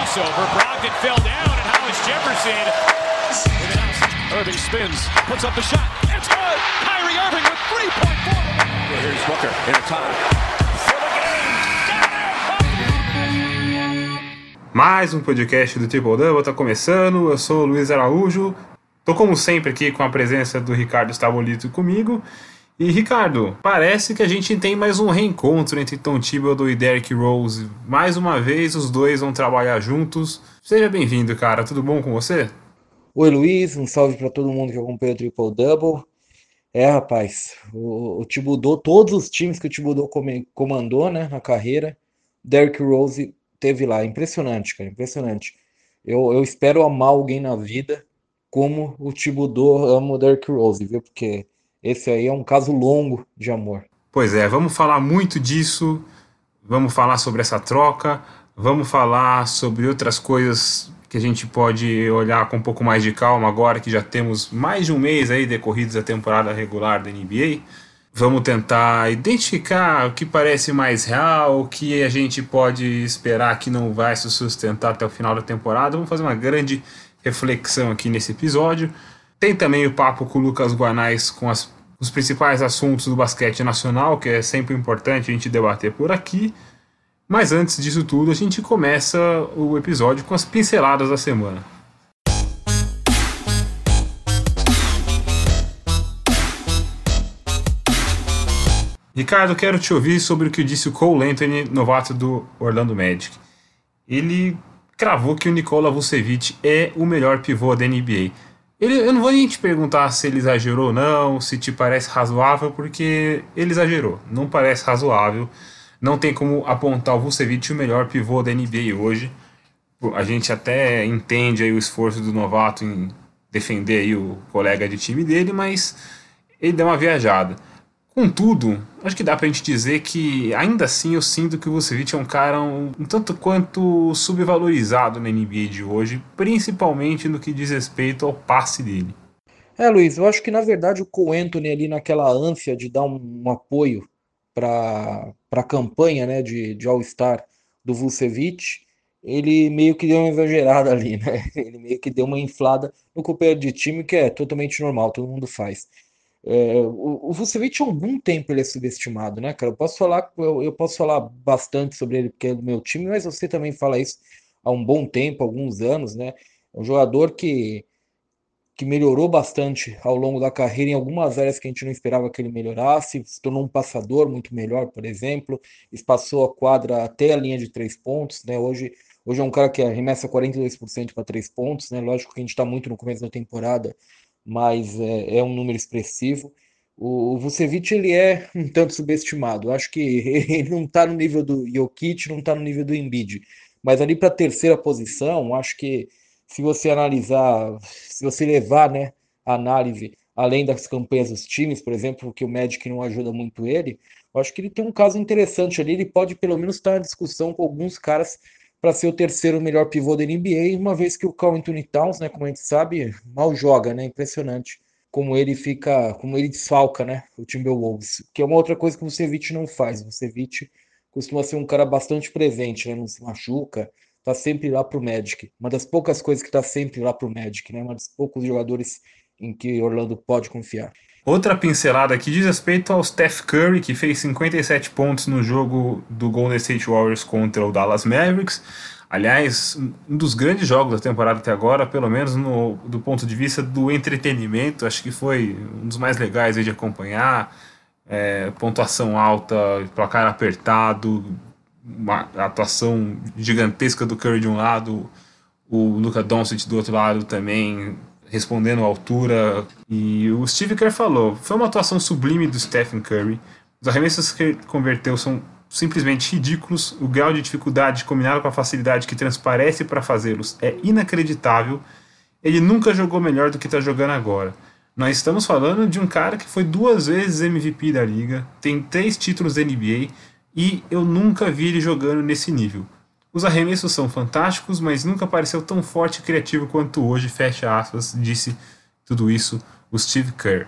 crossover. Brogdon fell down, and Hollis Jefferson. Irving spins, puts up the shot. It's good. Kyrie Irving with 3.4. Here's Booker in a time. For the game. Mais um podcast do Triple Double tá começando. Eu sou o Luiz Araújo. Tô como sempre aqui com a presença do Ricardo Stabolito comigo. E Ricardo, parece que a gente tem mais um reencontro entre Tom Thibodeau e Derrick Rose. Mais uma vez os dois vão trabalhar juntos. Seja bem-vindo, cara. Tudo bom com você? Oi, Luiz. Um salve para todo mundo que acompanha o Triple Double. Rapaz, o Thibodeau, todos os times que o Thibodeau comandou, né, na carreira, Derrick Rose teve lá. Impressionante, cara, impressionante. Eu espero amar alguém na vida como o Thibodeau ama o Derrick Rose, viu? Porque esse aí é um caso longo de amor. Pois é, vamos falar muito disso, vamos falar sobre essa troca, vamos falar sobre outras coisas que a gente pode olhar com um pouco mais de calma agora que já temos mais de um mês aí decorridos a temporada regular da NBA. Vamos tentar identificar o que parece mais real, o que a gente pode esperar que não vai se sustentar até o final da temporada. Vamos fazer uma grande reflexão aqui nesse episódio. Tem também o papo com o Lucas Guanais com os principais assuntos do basquete nacional, que é sempre importante a gente debater por aqui. Mas antes disso tudo, a gente começa o episódio com as pinceladas da semana. Ricardo, quero te ouvir sobre o que disse o Cole Anthony, novato do Orlando Magic. Ele cravou que o Nikola Vucevic é o melhor pivô da NBA. Eu não vou nem te perguntar se ele exagerou ou não, se te parece razoável, porque ele exagerou. Não parece razoável. Não tem como apontar o Vucevic o melhor pivô da NBA hoje. A gente até entende aí o esforço do novato em defender aí o colega de time dele, mas ele deu uma viajada. Contudo, acho que dá pra gente dizer que ainda assim eu sinto que o Vucevic é um cara um tanto quanto subvalorizado na NBA de hoje, principalmente no que diz respeito ao passe dele. Luiz, eu acho que na verdade o Cole Anthony ali naquela ânsia de dar um apoio para a campanha, né, de All-Star do Vucevic, ele meio que deu uma exagerada ali, né? Ele meio que deu uma inflada no companheiro de time, que é totalmente normal, todo mundo faz. O Vucevic há algum tempo ele é subestimado, né, cara? Eu posso falar bastante sobre ele porque é do meu time, mas você também fala isso há um bom tempo, alguns anos, né? É um jogador que melhorou bastante ao longo da carreira em algumas áreas que a gente não esperava que ele melhorasse, se tornou um passador muito melhor, por exemplo, espaçou a quadra até a linha de 3 pontos, né? Hoje é um cara que arremessa 42% para 3 pontos, né? Lógico que a gente está muito no começo da temporada, mas é um número expressivo. O Vucevic ele é um tanto subestimado. Eu acho que ele não está no nível do Jokic, não está no nível do Embiid, mas ali para a terceira posição, acho que se você analisar, se você levar, né, a análise além das campanhas dos times, por exemplo, que o Magic não ajuda muito ele, eu acho que ele tem um caso interessante ali. Ele pode pelo menos estar em discussão com alguns caras para ser o terceiro melhor pivô da NBA, uma vez que o Karl Anthony Towns, né, como a gente sabe, mal joga, né? Impressionante como ele desfalca, né, o Timberwolves, que é uma outra coisa que o Vucevic não faz. O Vucevic costuma ser um cara bastante presente, né, não se machuca, tá sempre lá pro Magic. Uma das poucas coisas que tá sempre lá pro Magic, né? Uma dos poucos jogadores em que Orlando pode confiar. Outra pincelada aqui diz respeito ao Steph Curry, que fez 57 pontos no jogo do Golden State Warriors contra o Dallas Mavericks. Aliás, um dos grandes jogos da temporada até agora, pelo menos do ponto de vista do entretenimento. Acho que foi um dos mais legais aí de acompanhar. Pontuação alta, placar apertado, uma atuação gigantesca do Curry de um lado, o Luka Doncic do outro lado também respondendo à altura. E o Steve Kerr falou, foi uma atuação sublime do Stephen Curry. Os arremessos que ele converteu são simplesmente ridículos. O grau de dificuldade combinado com a facilidade que transparece para fazê-los é inacreditável. Ele nunca jogou melhor do que está jogando agora. Nós estamos falando de um cara que foi 2 vezes MVP da liga, tem 3 títulos da NBA, e eu nunca vi ele jogando nesse nível. Os arremessos são fantásticos, mas nunca pareceu tão forte e criativo quanto hoje, fecha aspas, disse tudo isso o Steve Kerr.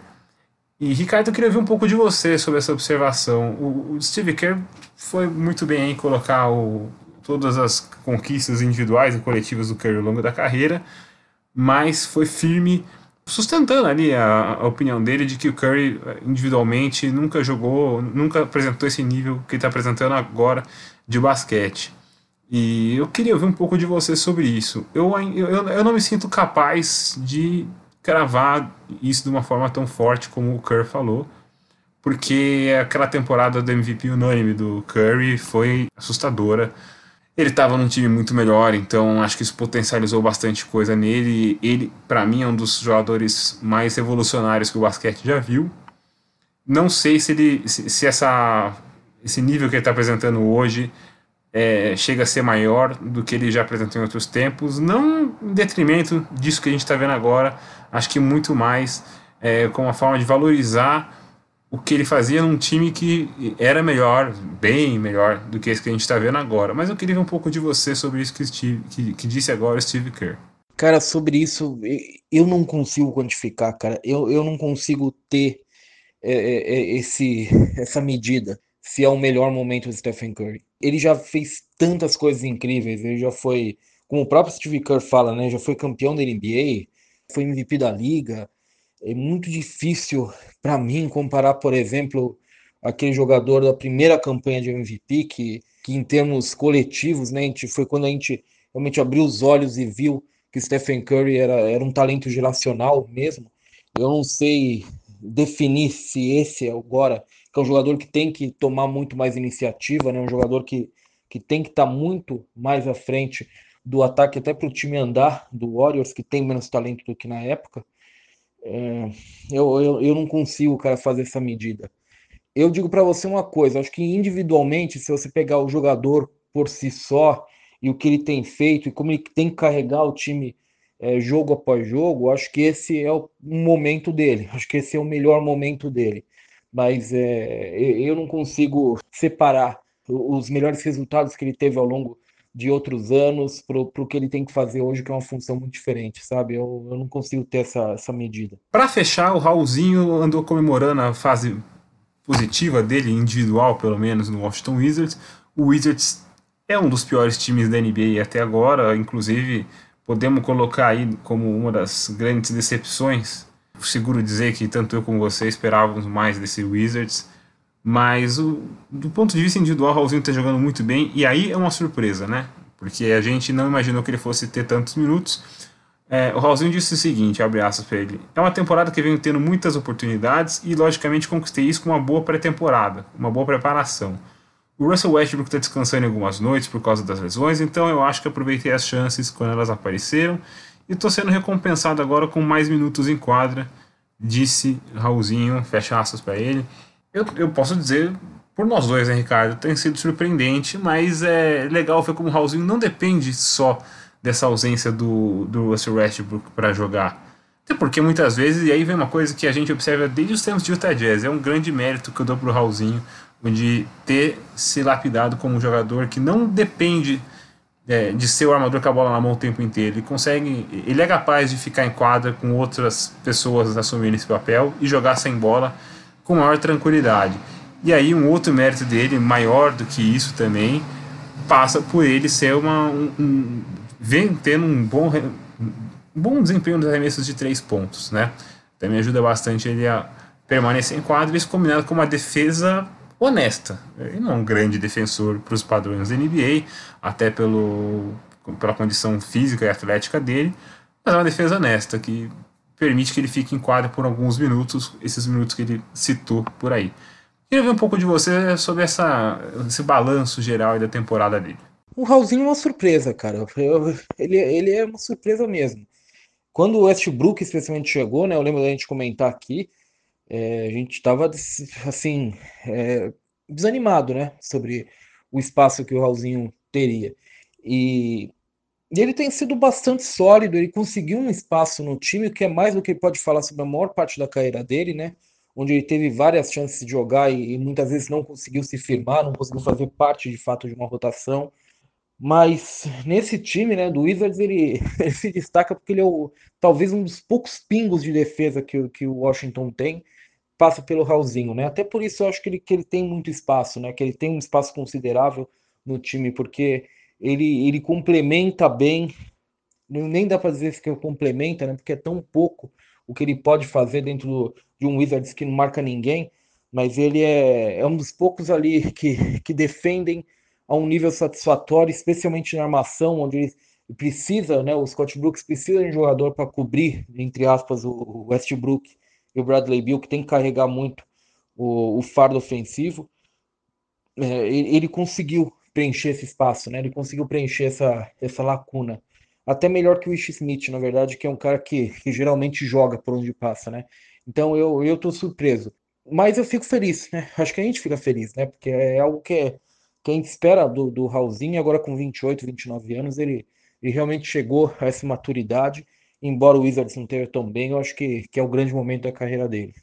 E Ricardo, eu queria ver um pouco de você sobre essa observação. O Steve Kerr foi muito bem em colocar o todas as conquistas individuais e coletivas do Curry ao longo da carreira, mas foi firme, sustentando ali a opinião dele de que o Curry individualmente nunca jogou, nunca apresentou esse nível que ele está apresentando agora de basquete. E eu queria ouvir um pouco de você sobre isso. Eu não me sinto capaz de cravar isso de uma forma tão forte como o Curry falou, porque aquela temporada do MVP unânime do Curry foi assustadora. Ele estava num time muito melhor, então acho que isso potencializou bastante coisa nele. Ele, para mim, é um dos jogadores mais revolucionários que o basquete já viu. Não sei se esse nível que ele está apresentando hoje chega a ser maior do que ele já apresentou em outros tempos, não em detrimento disso que a gente está vendo agora, acho que muito mais com uma forma de valorizar o que ele fazia num time que era melhor, bem melhor do que esse que a gente está vendo agora. Mas eu queria ver um pouco de você sobre isso que disse agora o Steve Kerr. Cara, sobre isso, eu não consigo quantificar, cara. Eu não consigo ter essa medida, se é o melhor momento do Stephen Curry. Ele já fez tantas coisas incríveis, ele já foi, como o próprio Steve Kerr fala, né? Já foi campeão da NBA, foi MVP da liga. É muito difícil para mim comparar, por exemplo, aquele jogador da primeira campanha de MVP, que em termos coletivos, né, foi quando a gente realmente abriu os olhos e viu que o Stephen Curry era um talento geracional mesmo. Eu não sei definir se esse é agora, que é um jogador que tem que tomar muito mais iniciativa, né, um jogador que tem que estar muito mais à frente do ataque, até para o time andar, do Warriors, que tem menos talento do que na época. Eu não consigo, cara, fazer essa medida. Eu digo para você uma coisa, acho que individualmente, se você pegar o jogador por si só e o que ele tem feito e como ele tem que carregar o time jogo após jogo, acho que esse é um momento dele. Acho que esse é o melhor momento dele. Mas eu não consigo separar os melhores resultados que ele teve ao longo de outros anos para o que ele tem que fazer hoje, que é uma função muito diferente, sabe? Eu não consigo ter essa medida. Para fechar, o Raulzinho andou comemorando a fase positiva dele, individual pelo menos, no Washington Wizards. O Wizards é um dos piores times da NBA até agora, inclusive podemos colocar aí como uma das grandes decepções. Seguro dizer que tanto eu como você esperávamos mais desse Wizards, mas do ponto de vista individual, o Raulzinho está jogando muito bem, e aí é uma surpresa, né? Porque a gente não imaginou que ele fosse ter tantos minutos. O Raulzinho disse o seguinte, abre aspas para ele: é uma temporada que venho tendo muitas oportunidades e logicamente conquistei isso com uma boa pré-temporada, uma boa preparação. O Russell Westbrook está descansando em algumas noites por causa das lesões, então eu acho que aproveitei as chances quando elas apareceram e estou sendo recompensado agora com mais minutos em quadra, disse Raulzinho, fecha aspas para ele. Eu posso dizer por nós dois, né, Ricardo? Tem sido surpreendente, mas é legal ver como o Raulzinho não depende só dessa ausência do Russell Westbrook para jogar. Até porque muitas vezes, e aí vem uma coisa que a gente observa desde os tempos de Utah Jazz, é um grande mérito que eu dou pro Raulzinho, de ter se lapidado como um jogador que não depende de ser o armador com a bola na mão o tempo inteiro. Ele é capaz de ficar em quadra com outras pessoas assumindo esse papel e jogar sem bola com maior tranquilidade. E aí um outro mérito dele, maior do que isso também, passa por ele ser vem tendo um bom desempenho nos arremessos de 3 pontos, né? Também ajuda bastante ele a permanecer em quadra, isso combinado com uma defesa honesta. Ele não é um grande defensor para os padrões da NBA, até pela condição física e atlética dele, mas é uma defesa honesta, que permite que ele fique em quadra por alguns minutos, esses minutos que ele citou por aí. Queria ver um pouco de você sobre esse balanço geral da temporada dele. O Raulzinho é uma surpresa, cara. Ele é uma surpresa mesmo. Quando o Westbrook especialmente chegou, né? Eu lembro da gente comentar aqui, a gente estava assim, desanimado, né? Sobre o espaço que o Raulzinho teria. E ele tem sido bastante sólido, ele conseguiu um espaço no time, que é mais do que ele pode falar sobre a maior parte da carreira dele, né? Onde ele teve várias chances de jogar e muitas vezes não conseguiu se firmar, não conseguiu fazer parte de fato de uma rotação. Mas nesse time, né, do Wizards, ele se destaca porque ele é talvez um dos poucos pingos de defesa que o Washington tem, passa pelo Raulzinho, né? Até por isso eu acho que ele tem muito espaço, né? Que ele tem um espaço considerável no time, porque ele complementa bem, nem dá para dizer que complementa, né? Porque é tão pouco o que ele pode fazer dentro de um Wizards que não marca ninguém, mas ele é um dos poucos ali que defendem a um nível satisfatório, especialmente na armação, onde ele precisa, né? O Scott Brooks precisa de um jogador para cobrir, entre aspas, o Westbrook e o Bradley Beal, que tem que carregar muito o fardo ofensivo. Ele conseguiu preencher esse espaço, né? Ele conseguiu preencher essa lacuna. Até melhor que o Ish Smith, na verdade, que é um cara que geralmente joga por onde passa, né? Então eu tô surpreso. Mas eu fico feliz, né? Acho que a gente fica feliz, né? Porque é algo que a gente espera do Raulzinho, agora com 28, 29 anos, ele realmente chegou a essa maturidade. Embora o Wizards não esteja tão bem, eu acho que é o grande momento da carreira dele.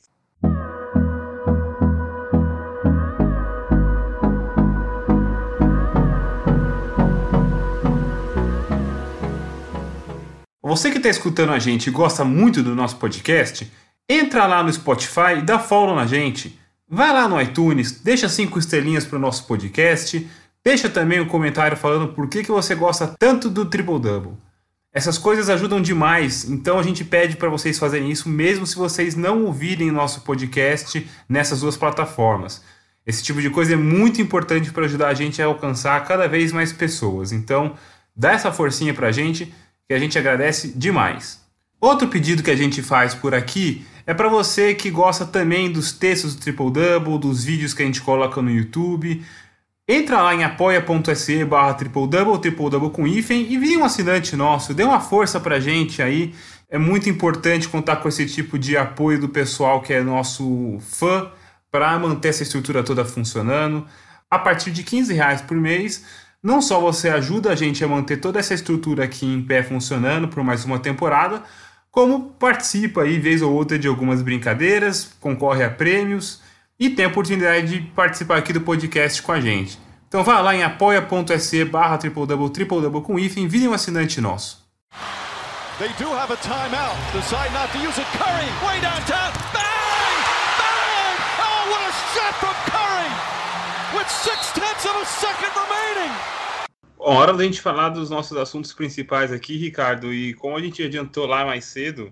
Você que está escutando a gente e gosta muito do nosso podcast, entra lá no Spotify e dá follow na gente. Vai lá no iTunes, deixa 5 estrelinhas para o nosso podcast, deixa também um comentário falando por que você gosta tanto do Triple Double. Essas coisas ajudam demais, então a gente pede para vocês fazerem isso mesmo se vocês não ouvirem nosso podcast nessas duas plataformas. Esse tipo de coisa é muito importante para ajudar a gente a alcançar cada vez mais pessoas. Então, dá essa forcinha para a gente, que a gente agradece demais. Outro pedido que a gente faz por aqui é para você que gosta também dos textos do Triple Double, dos vídeos que a gente coloca no YouTube. Entra lá em apoia.se/Triple Double com hífen e vire um assinante nosso. Dê uma força pra gente aí. É muito importante contar com esse tipo de apoio do pessoal que é nosso fã para manter essa estrutura toda funcionando. A partir de R$15 por mês, não só você ajuda a gente a manter toda essa estrutura aqui em pé funcionando por mais uma temporada, como participa aí vez ou outra de algumas brincadeiras, concorre a prêmios e tem a oportunidade de participar aqui do podcast com a gente. Então vá lá em apoia.se/Triple Double com hífen, vire um assinante nosso. They do have a timeout. Decide not to use it. Curry, way downtown. Bang! Bang! Oh, what a shot from Curry! With 0.6 of a second remaining. Hora da gente falar dos nossos assuntos principais aqui, Ricardo. E como a gente adiantou lá mais cedo,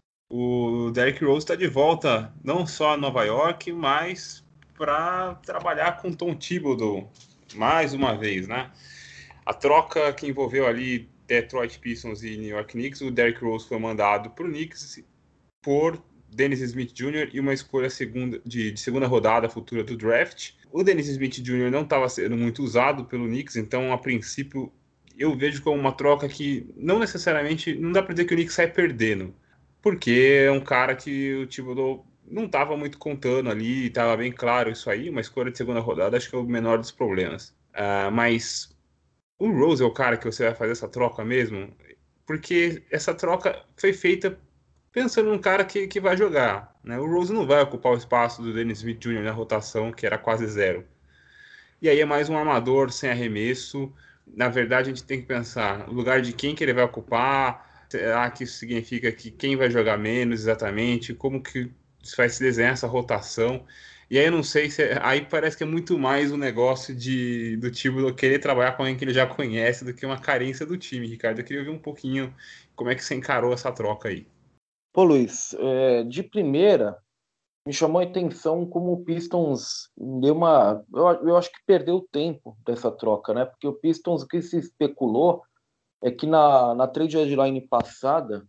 o Derrick Rose está de volta não só a Nova York, mas para trabalhar com Tom Thibodeau mais uma vez, né? A troca que envolveu ali Detroit Pistons e New York Knicks, o Derrick Rose foi mandado para o Knicks por Dennis Smith Jr. e uma escolha de segunda rodada futura do draft. O Dennis Smith Jr. não estava sendo muito usado pelo Knicks, então a princípio eu vejo como uma troca que não necessariamente, não dá para dizer que o Knicks sai perdendo, porque é um cara que o Thibodeau não estava muito contando ali, estava bem claro isso aí, uma escolha de segunda rodada acho que é o menor dos problemas. Mas o Rose é o cara que você vai fazer essa troca mesmo? Porque essa troca foi feita pensando num cara que vai jogar, né? O Rose não vai ocupar o espaço do Dennis Smith Jr. na rotação, que era quase zero. E aí é mais um armador sem arremesso. Na verdade, a gente tem que pensar no lugar de quem que ele vai ocupar. Será que isso significa que quem vai jogar menos exatamente? Como que vai se desenhar essa rotação? E aí eu não sei se... Aí parece que é muito mais um negócio do Thibodeau querer trabalhar com alguém que ele já conhece do que uma carência do time, Ricardo. Eu queria ouvir um pouquinho como é que você encarou essa troca aí. Pô, Luiz, de primeira, me chamou a atenção como o Pistons deu uma... Eu acho que perdeu tempo dessa troca, né? Porque o Pistons, o que se especulou é que na trade deadline passada,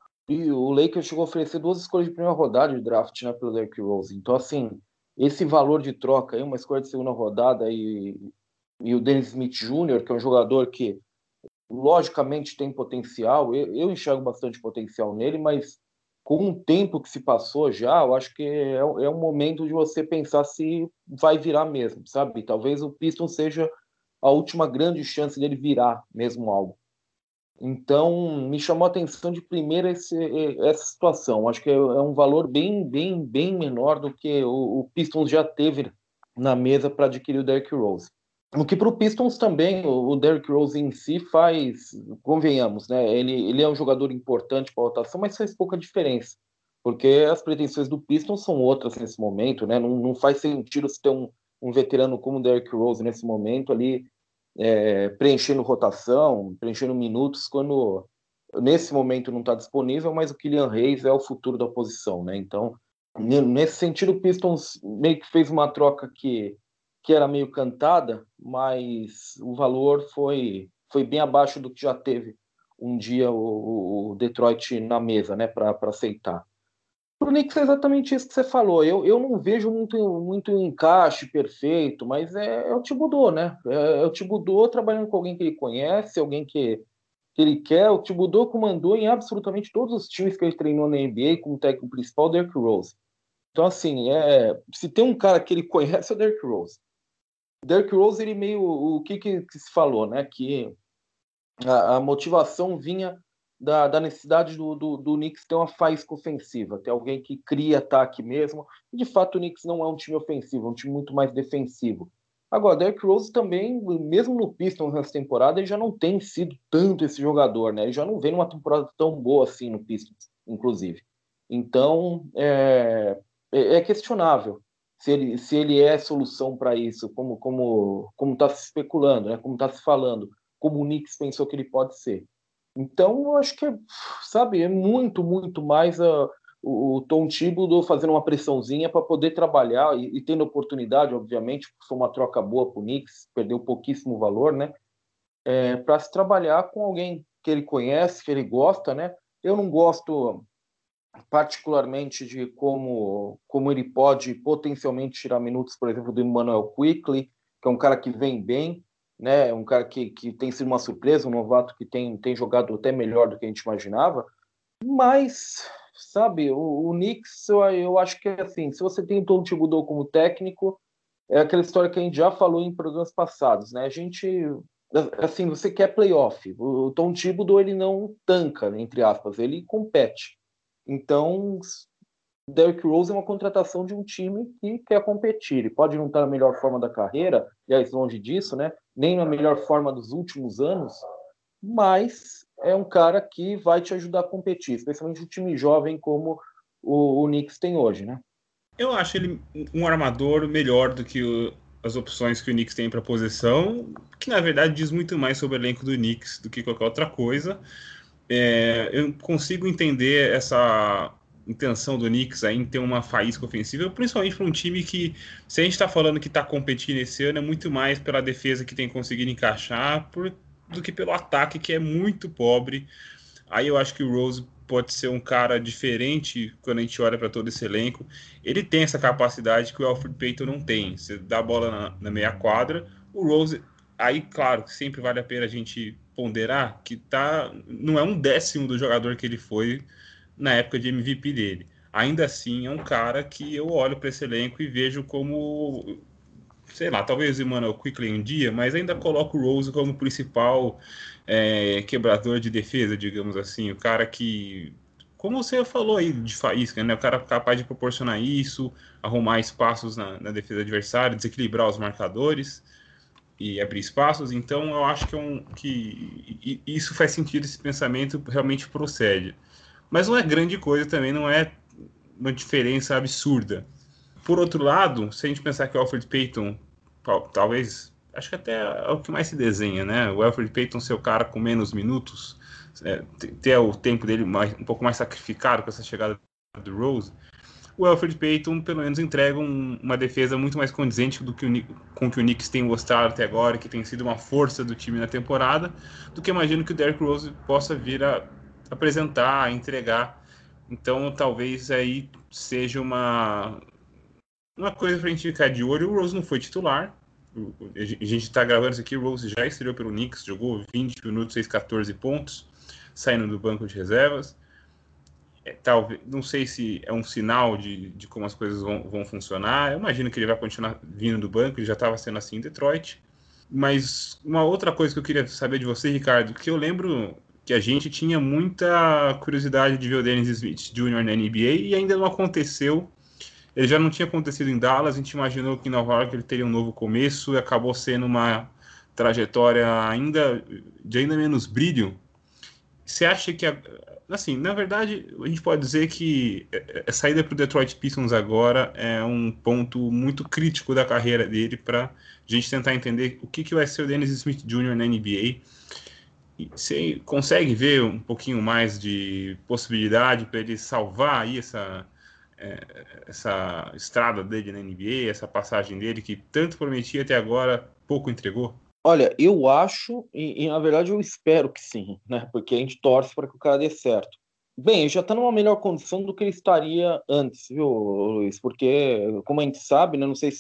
o Lakers chegou a oferecer 2 escolhas de primeira rodada de draft, né, pelo Derrick Rose. Então, assim, esse valor de troca aí, uma escolha de segunda rodada e o Dennis Smith Jr., que é um jogador que logicamente tem potencial, eu enxergo bastante potencial nele, mas com o tempo que se passou já, eu acho que é um momento de você pensar se vai virar mesmo, sabe? Talvez o Pistons seja a última grande chance dele virar mesmo algo. Então, me chamou a atenção de primeira essa situação. Acho que é um valor bem menor do que o Pistons já teve na mesa para adquirir o Derrick Rose. O que para o Pistons também, o Derrick Rose em si faz, convenhamos, né? Ele é um jogador importante para a rotação, mas faz pouca diferença, porque as pretensões do Pistons são outras nesse momento, né? Não faz sentido você ter um veterano como o Derrick Rose nesse momento ali, preenchendo rotação, preenchendo minutos, quando nesse momento não está disponível, mas o Killian Hayes é o futuro da posição, né? Então, nesse sentido, o Pistons meio que fez uma troca que era meio cantada, mas o valor foi bem abaixo do que já teve um dia o Detroit na mesa, né, para aceitar. Para o Knicks é exatamente isso que você falou. Eu não vejo muito encaixe perfeito, mas é o Thibodeau, né? É o Thibodeau trabalhando com alguém que ele conhece, alguém que ele quer. O Thibodeau comandou em absolutamente todos os times que ele treinou na NBA como técnico principal, o Derrick Rose. Então, assim, se tem um cara que ele conhece, é o Derrick Rose. O Derrick Rose, ele meio... O que se falou, né? Que a motivação vinha da necessidade do Knicks ter uma faísca ofensiva, ter alguém que cria ataque mesmo. E, de fato, o Knicks não é um time ofensivo, é um time muito mais defensivo. Agora, Derrick Rose também, mesmo no Pistons nessa temporada, ele já não tem sido tanto esse jogador, né? Ele já não vem numa temporada tão boa assim no Pistons, inclusive. Então, é questionável se ele é solução para isso, como está se especulando, né? Como está se falando, como o Knicks pensou que ele pode ser. Então, eu acho que, sabe, é muito mais o Tom Thibodeau fazendo uma pressãozinha para poder trabalhar e tendo oportunidade, obviamente, porque foi uma troca boa para o Knicks, perdeu pouquíssimo valor, né? Para se trabalhar com alguém que ele conhece, que ele gosta, né? Eu não gosto particularmente de como ele pode potencialmente tirar minutos, por exemplo, do Immanuel Quickley, que é um cara que vem bem, né? Um cara que tem sido uma surpresa, um novato que tem jogado até melhor do que a gente imaginava, mas, sabe, o Knicks, eu acho que é assim, se você tem o Tom Thibodeau como técnico, é aquela história que a gente já falou em programas passados, né? A gente, assim, você quer playoff, o Tom Thibodeau, ele não tanca, entre aspas, ele compete. Então, Derrick Rose é uma contratação de um time que quer competir. Ele pode não estar na melhor forma da carreira, aliás, longe disso, né? Nem na melhor forma dos últimos anos, mas é um cara que vai te ajudar a competir, especialmente um time jovem como o Knicks tem hoje, né? Eu acho ele um armador melhor do que as opções que o Knicks tem para posição, que na verdade diz muito mais sobre o elenco do Knicks do que qualquer outra coisa. Eu consigo entender essa intenção do Knicks aí em ter uma faísca ofensiva, principalmente para um time que, se a gente está falando que está competindo esse ano, é muito mais pela defesa que tem conseguido encaixar do que pelo ataque, que é muito pobre. Aí eu acho que o Rose pode ser um cara diferente quando a gente olha para todo esse elenco. Ele tem essa capacidade que o Elfrid Payton não tem. Você dá a bola na meia quadra, o Rose... Aí, claro, sempre vale a pena a gente ponderar que não é um décimo do jogador que ele foi na época de MVP dele. Ainda assim, é um cara que eu olho para esse elenco e vejo como, sei lá, talvez o Immanuel Quickley um dia, mas ainda coloco o Rose como principal quebrador de defesa, digamos assim. O cara que, como você falou aí, de faísca, né? O cara capaz de proporcionar isso, arrumar espaços na defesa adversária, desequilibrar os marcadores e abrir espaços. Então eu acho que isso faz sentido, esse pensamento realmente procede. Mas não é grande coisa também, não é uma diferença absurda. Por outro lado, se a gente pensar que o Elfrid Payton, talvez, acho que até é o que mais se desenha, né? O Elfrid Payton ser o cara com menos minutos, ter o tempo dele um pouco mais sacrificado com essa chegada do Rose, o Elfrid Payton pelo menos entrega uma defesa muito mais condizente com o que o Knicks tem mostrado até agora, que tem sido uma força do time na temporada, do que imagino que o Derrick Rose possa vir a apresentar, a entregar. Então talvez aí seja uma coisa para a gente ficar de olho. O Rose não foi titular, a gente está gravando isso aqui, o Rose já estreou pelo Knicks, jogou 20 minutos, fez 14 pontos, saindo do banco de reservas. Talvez, não sei se é um sinal de como as coisas vão funcionar. Eu imagino que ele vai continuar vindo do banco, ele já estava sendo assim em Detroit. Mas uma outra coisa que eu queria saber de você, Ricardo, que eu lembro que a gente tinha muita curiosidade de ver o Dennis Smith Jr. na NBA e ainda não aconteceu. Ele já não tinha acontecido em Dallas, a gente imaginou que em Nova York ele teria um novo começo e acabou sendo uma trajetória de ainda menos brilho. você acha que, assim, na verdade, a gente pode dizer que a saída para o Detroit Pistons agora é um ponto muito crítico da carreira dele para a gente tentar entender o que vai ser o Dennis Smith Jr. na NBA. E você consegue ver um pouquinho mais de possibilidade para ele salvar aí essa estrada dele na NBA, essa passagem dele que tanto prometia até agora, pouco entregou? Olha, eu acho, e na verdade eu espero que sim, né? Porque a gente torce para que o cara dê certo. Bem, ele já está numa melhor condição do que ele estaria antes, viu, Luiz? Porque, como a gente sabe, né? Não sei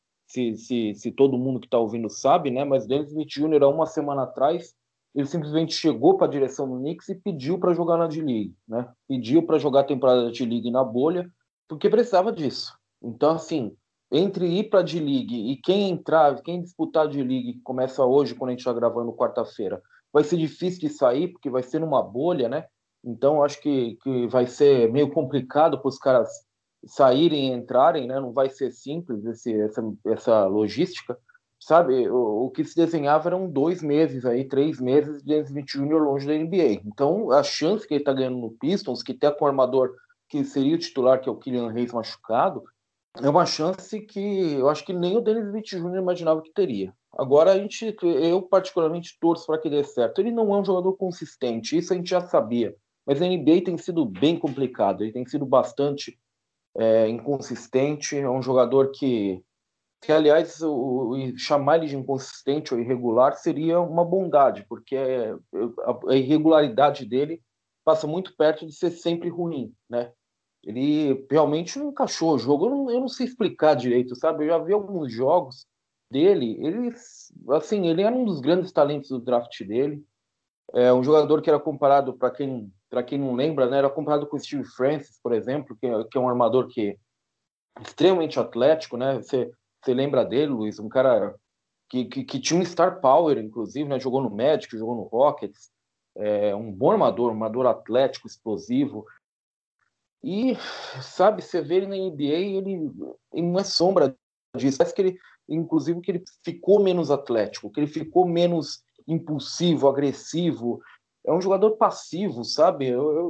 se todo mundo que está ouvindo sabe, né? Mas Dennis Smith Jr., há uma semana atrás, ele simplesmente chegou para a direção do Knicks e pediu para jogar na D-League, né? Pediu para jogar a temporada da D-League na bolha, porque precisava disso. Então, assim, entre ir para a D-League e quem entrar, quem disputar a D-League, que começa hoje, quando a gente está gravando quarta-feira, vai ser difícil de sair, porque vai ser numa bolha, né? Então, acho que vai ser meio complicado para os caras saírem e entrarem, né? Não vai ser simples essa logística, sabe? O que se desenhava eram 2 meses aí, 3 meses de Dennis Smith Jr. longe da NBA. Então, a chance que ele está ganhando no Pistons, que tem com o armador que seria o titular, que é o Killian Hayes machucado, é uma chance que eu acho que nem o Dennis Smith Jr. imaginava que teria. Agora eu particularmente torço para que dê certo. Ele não é um jogador consistente, isso a gente já sabia. Mas a NBA tem sido bem complicado, ele tem sido bastante inconsistente. É um jogador que aliás, chamar ele de inconsistente ou irregular seria uma bondade, porque a irregularidade dele passa muito perto de ser sempre ruim, né? Ele realmente não encaixou o jogo. Eu não sei explicar direito, sabe? Eu já vi alguns jogos dele. Assim, ele era um dos grandes talentos do draft dele. É um jogador que era comparado, para quem não lembra, né? Era comparado com o Steve Francis, por exemplo, que é um armador que é extremamente atlético, né? Você lembra dele, Luiz? Um cara que tinha um star power, inclusive, né? Jogou no Magic, jogou no Rockets. É um bom armador, um armador atlético, explosivo. E, sabe, você vê ele na NBA, ele não é sombra disso. Parece que ele, inclusive, que ele ficou menos atlético, que ele ficou menos impulsivo, agressivo. É um jogador passivo, sabe?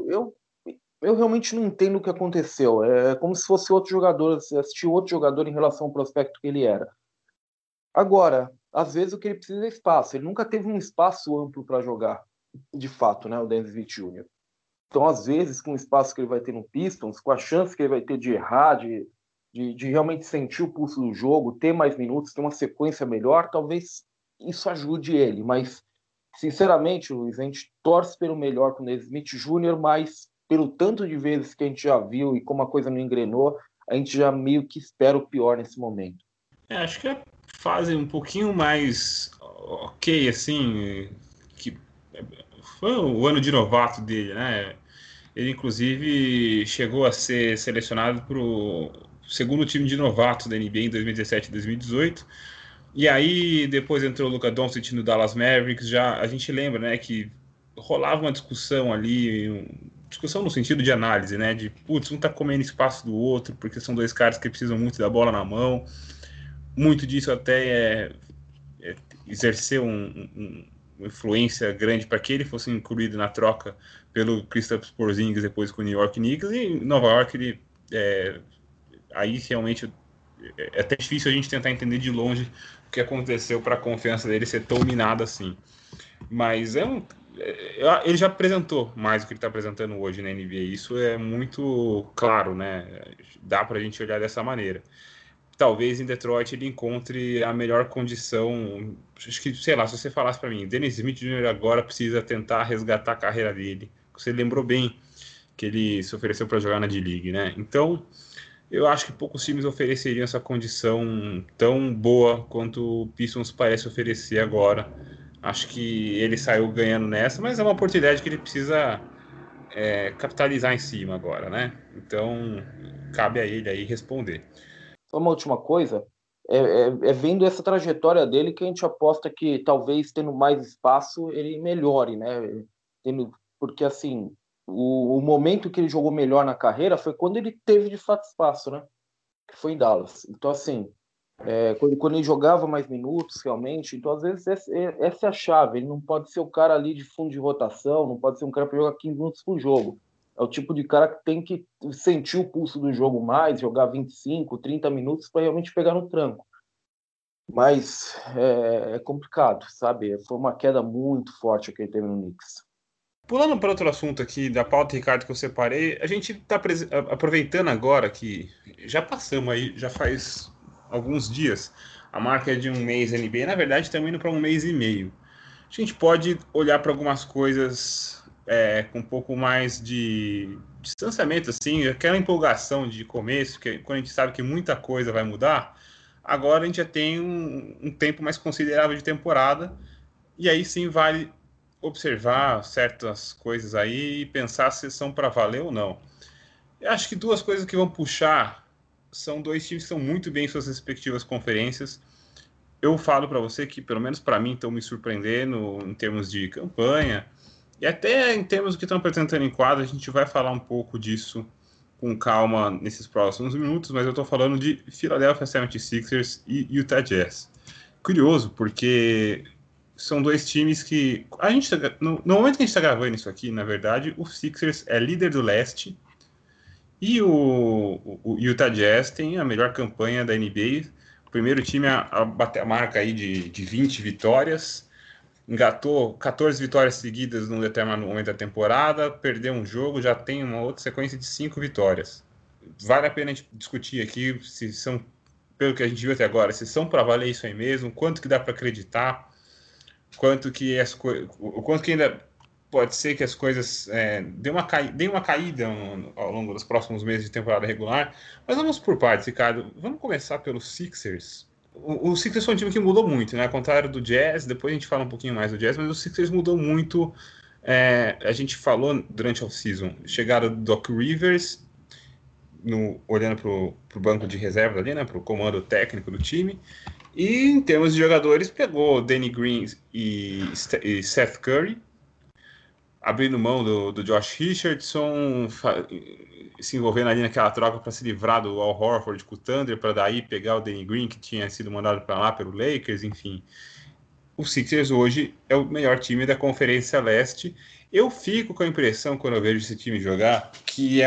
Eu realmente não entendo o que aconteceu. É como se fosse outro jogador, assistir outro jogador em relação ao prospecto que ele era. Agora, às vezes o que ele precisa é espaço. Ele nunca teve um espaço amplo para jogar, de fato, né? O Dennis Smith Jr. Então, às vezes, com o espaço que ele vai ter no Pistons, com a chance que ele vai ter de errar, de realmente sentir o pulso do jogo, ter mais minutos, ter uma sequência melhor, talvez isso ajude ele. Mas, sinceramente, Luiz, a gente torce pelo melhor com o Smith Jr., mas pelo tanto de vezes que a gente já viu e como a coisa não engrenou, a gente já meio que espera o pior nesse momento. Acho que a fase um pouquinho mais ok, assim, que foi o ano de novato dele, né? Ele, inclusive, chegou a ser selecionado para o segundo time de novatos da NBA em 2017 e 2018. E aí, depois entrou o Luka Doncic no Dallas Mavericks. Já a gente lembra, né, que rolava uma discussão ali, discussão no sentido de análise, né, de, putz, um tá comendo espaço do outro, porque são dois caras que precisam muito da bola na mão. Muito disso até exerceu uma influência grande para que ele fosse incluído na troca pelo Kristaps Porzingis depois com o New York Knicks. E em Nova York ele aí realmente é até difícil a gente tentar entender de longe o que aconteceu para a confiança dele ser tão minada assim. Mas ele já apresentou mais do que ele está apresentando hoje na NBA. Isso é muito claro, né? Dá para a gente olhar dessa maneira. Talvez em Detroit ele encontre a melhor condição. Acho que, sei lá, se você falasse para mim, Dennis Smith Jr. agora precisa tentar resgatar a carreira dele. Você lembrou bem que ele se ofereceu para jogar na D-League, né? Então, eu acho que poucos times ofereceriam essa condição tão boa quanto o Pistons parece oferecer agora. Acho que ele saiu ganhando nessa, mas é uma oportunidade que ele precisa capitalizar em cima agora, né? Então, cabe a ele aí responder. Só uma última coisa, vendo essa trajetória dele que a gente aposta que talvez tendo mais espaço ele melhore, né? Porque assim, o momento que ele jogou melhor na carreira foi quando ele teve de fato espaço, né? Que foi em Dallas. Então assim, Quando ele jogava mais minutos, realmente. Então, às vezes, essa é a chave. Ele não pode ser o cara ali de fundo de rotação, não pode ser um cara para jogar 15 minutos por jogo. É o tipo de cara que tem que sentir o pulso do jogo mais, jogar 25, 30 minutos para realmente pegar no tranco. Mas é complicado, sabe? Foi uma queda muito forte que ele teve no Knicks. Pulando para outro assunto aqui da pauta, Ricardo, que eu separei, a gente está aproveitando agora que já passamos aí, já faz alguns dias, a marca de um mês NBA, na verdade estamos indo para um mês e meio. A gente pode olhar para algumas coisas com um pouco mais de distanciamento, assim, aquela empolgação de começo, que quando a gente sabe que muita coisa vai mudar, agora a gente já tem um tempo mais considerável de temporada, e aí sim vale observar certas coisas aí e pensar se são para valer ou não. Eu acho que duas coisas que vão puxar são dois times que estão muito bem em suas respectivas conferências. Eu falo para você que, pelo menos para mim, estão me surpreendendo em termos de campanha e até em termos do que estão apresentando em quadra. A gente vai falar um pouco disso com calma nesses próximos minutos, mas eu estou falando de Philadelphia 76ers e Utah Jazz. Curioso, porque são dois times que a gente no momento que a gente está gravando isso aqui, na verdade, o Sixers é líder do leste e o Utah Jazz tem a melhor campanha da NBA, o primeiro time a bater a marca aí de 20 vitórias, engatou 14 vitórias seguidas num determinado momento da temporada, perdeu um jogo, já tem uma outra sequência de 5 vitórias. Vale a pena a gente discutir aqui se são, pelo que a gente viu até agora, se são para valer isso aí mesmo, quanto que dá para acreditar, quanto que o quanto que ainda pode ser que as coisas deem uma caída ao longo dos próximos meses de temporada regular. Mas vamos por partes, Ricardo. Vamos começar pelos Sixers. O Sixers foi um time que mudou muito, né? Ao contrário do Jazz, depois a gente fala um pouquinho mais do Jazz, mas o Sixers mudou muito. A gente falou durante a off-season, chegada do Doc Rivers, olhando para o banco de reserva ali, né? Para o comando técnico do time. E em termos de jogadores, pegou Danny Green e Seth Curry, abrindo mão do Josh Richardson, se envolvendo ali naquela troca para se livrar do Al Horford com o Thunder, para daí pegar o Danny Green, que tinha sido mandado para lá pelo Lakers, enfim. O Sixers hoje é o melhor time da Conferência Leste. Eu fico com a impressão, quando eu vejo esse time jogar, que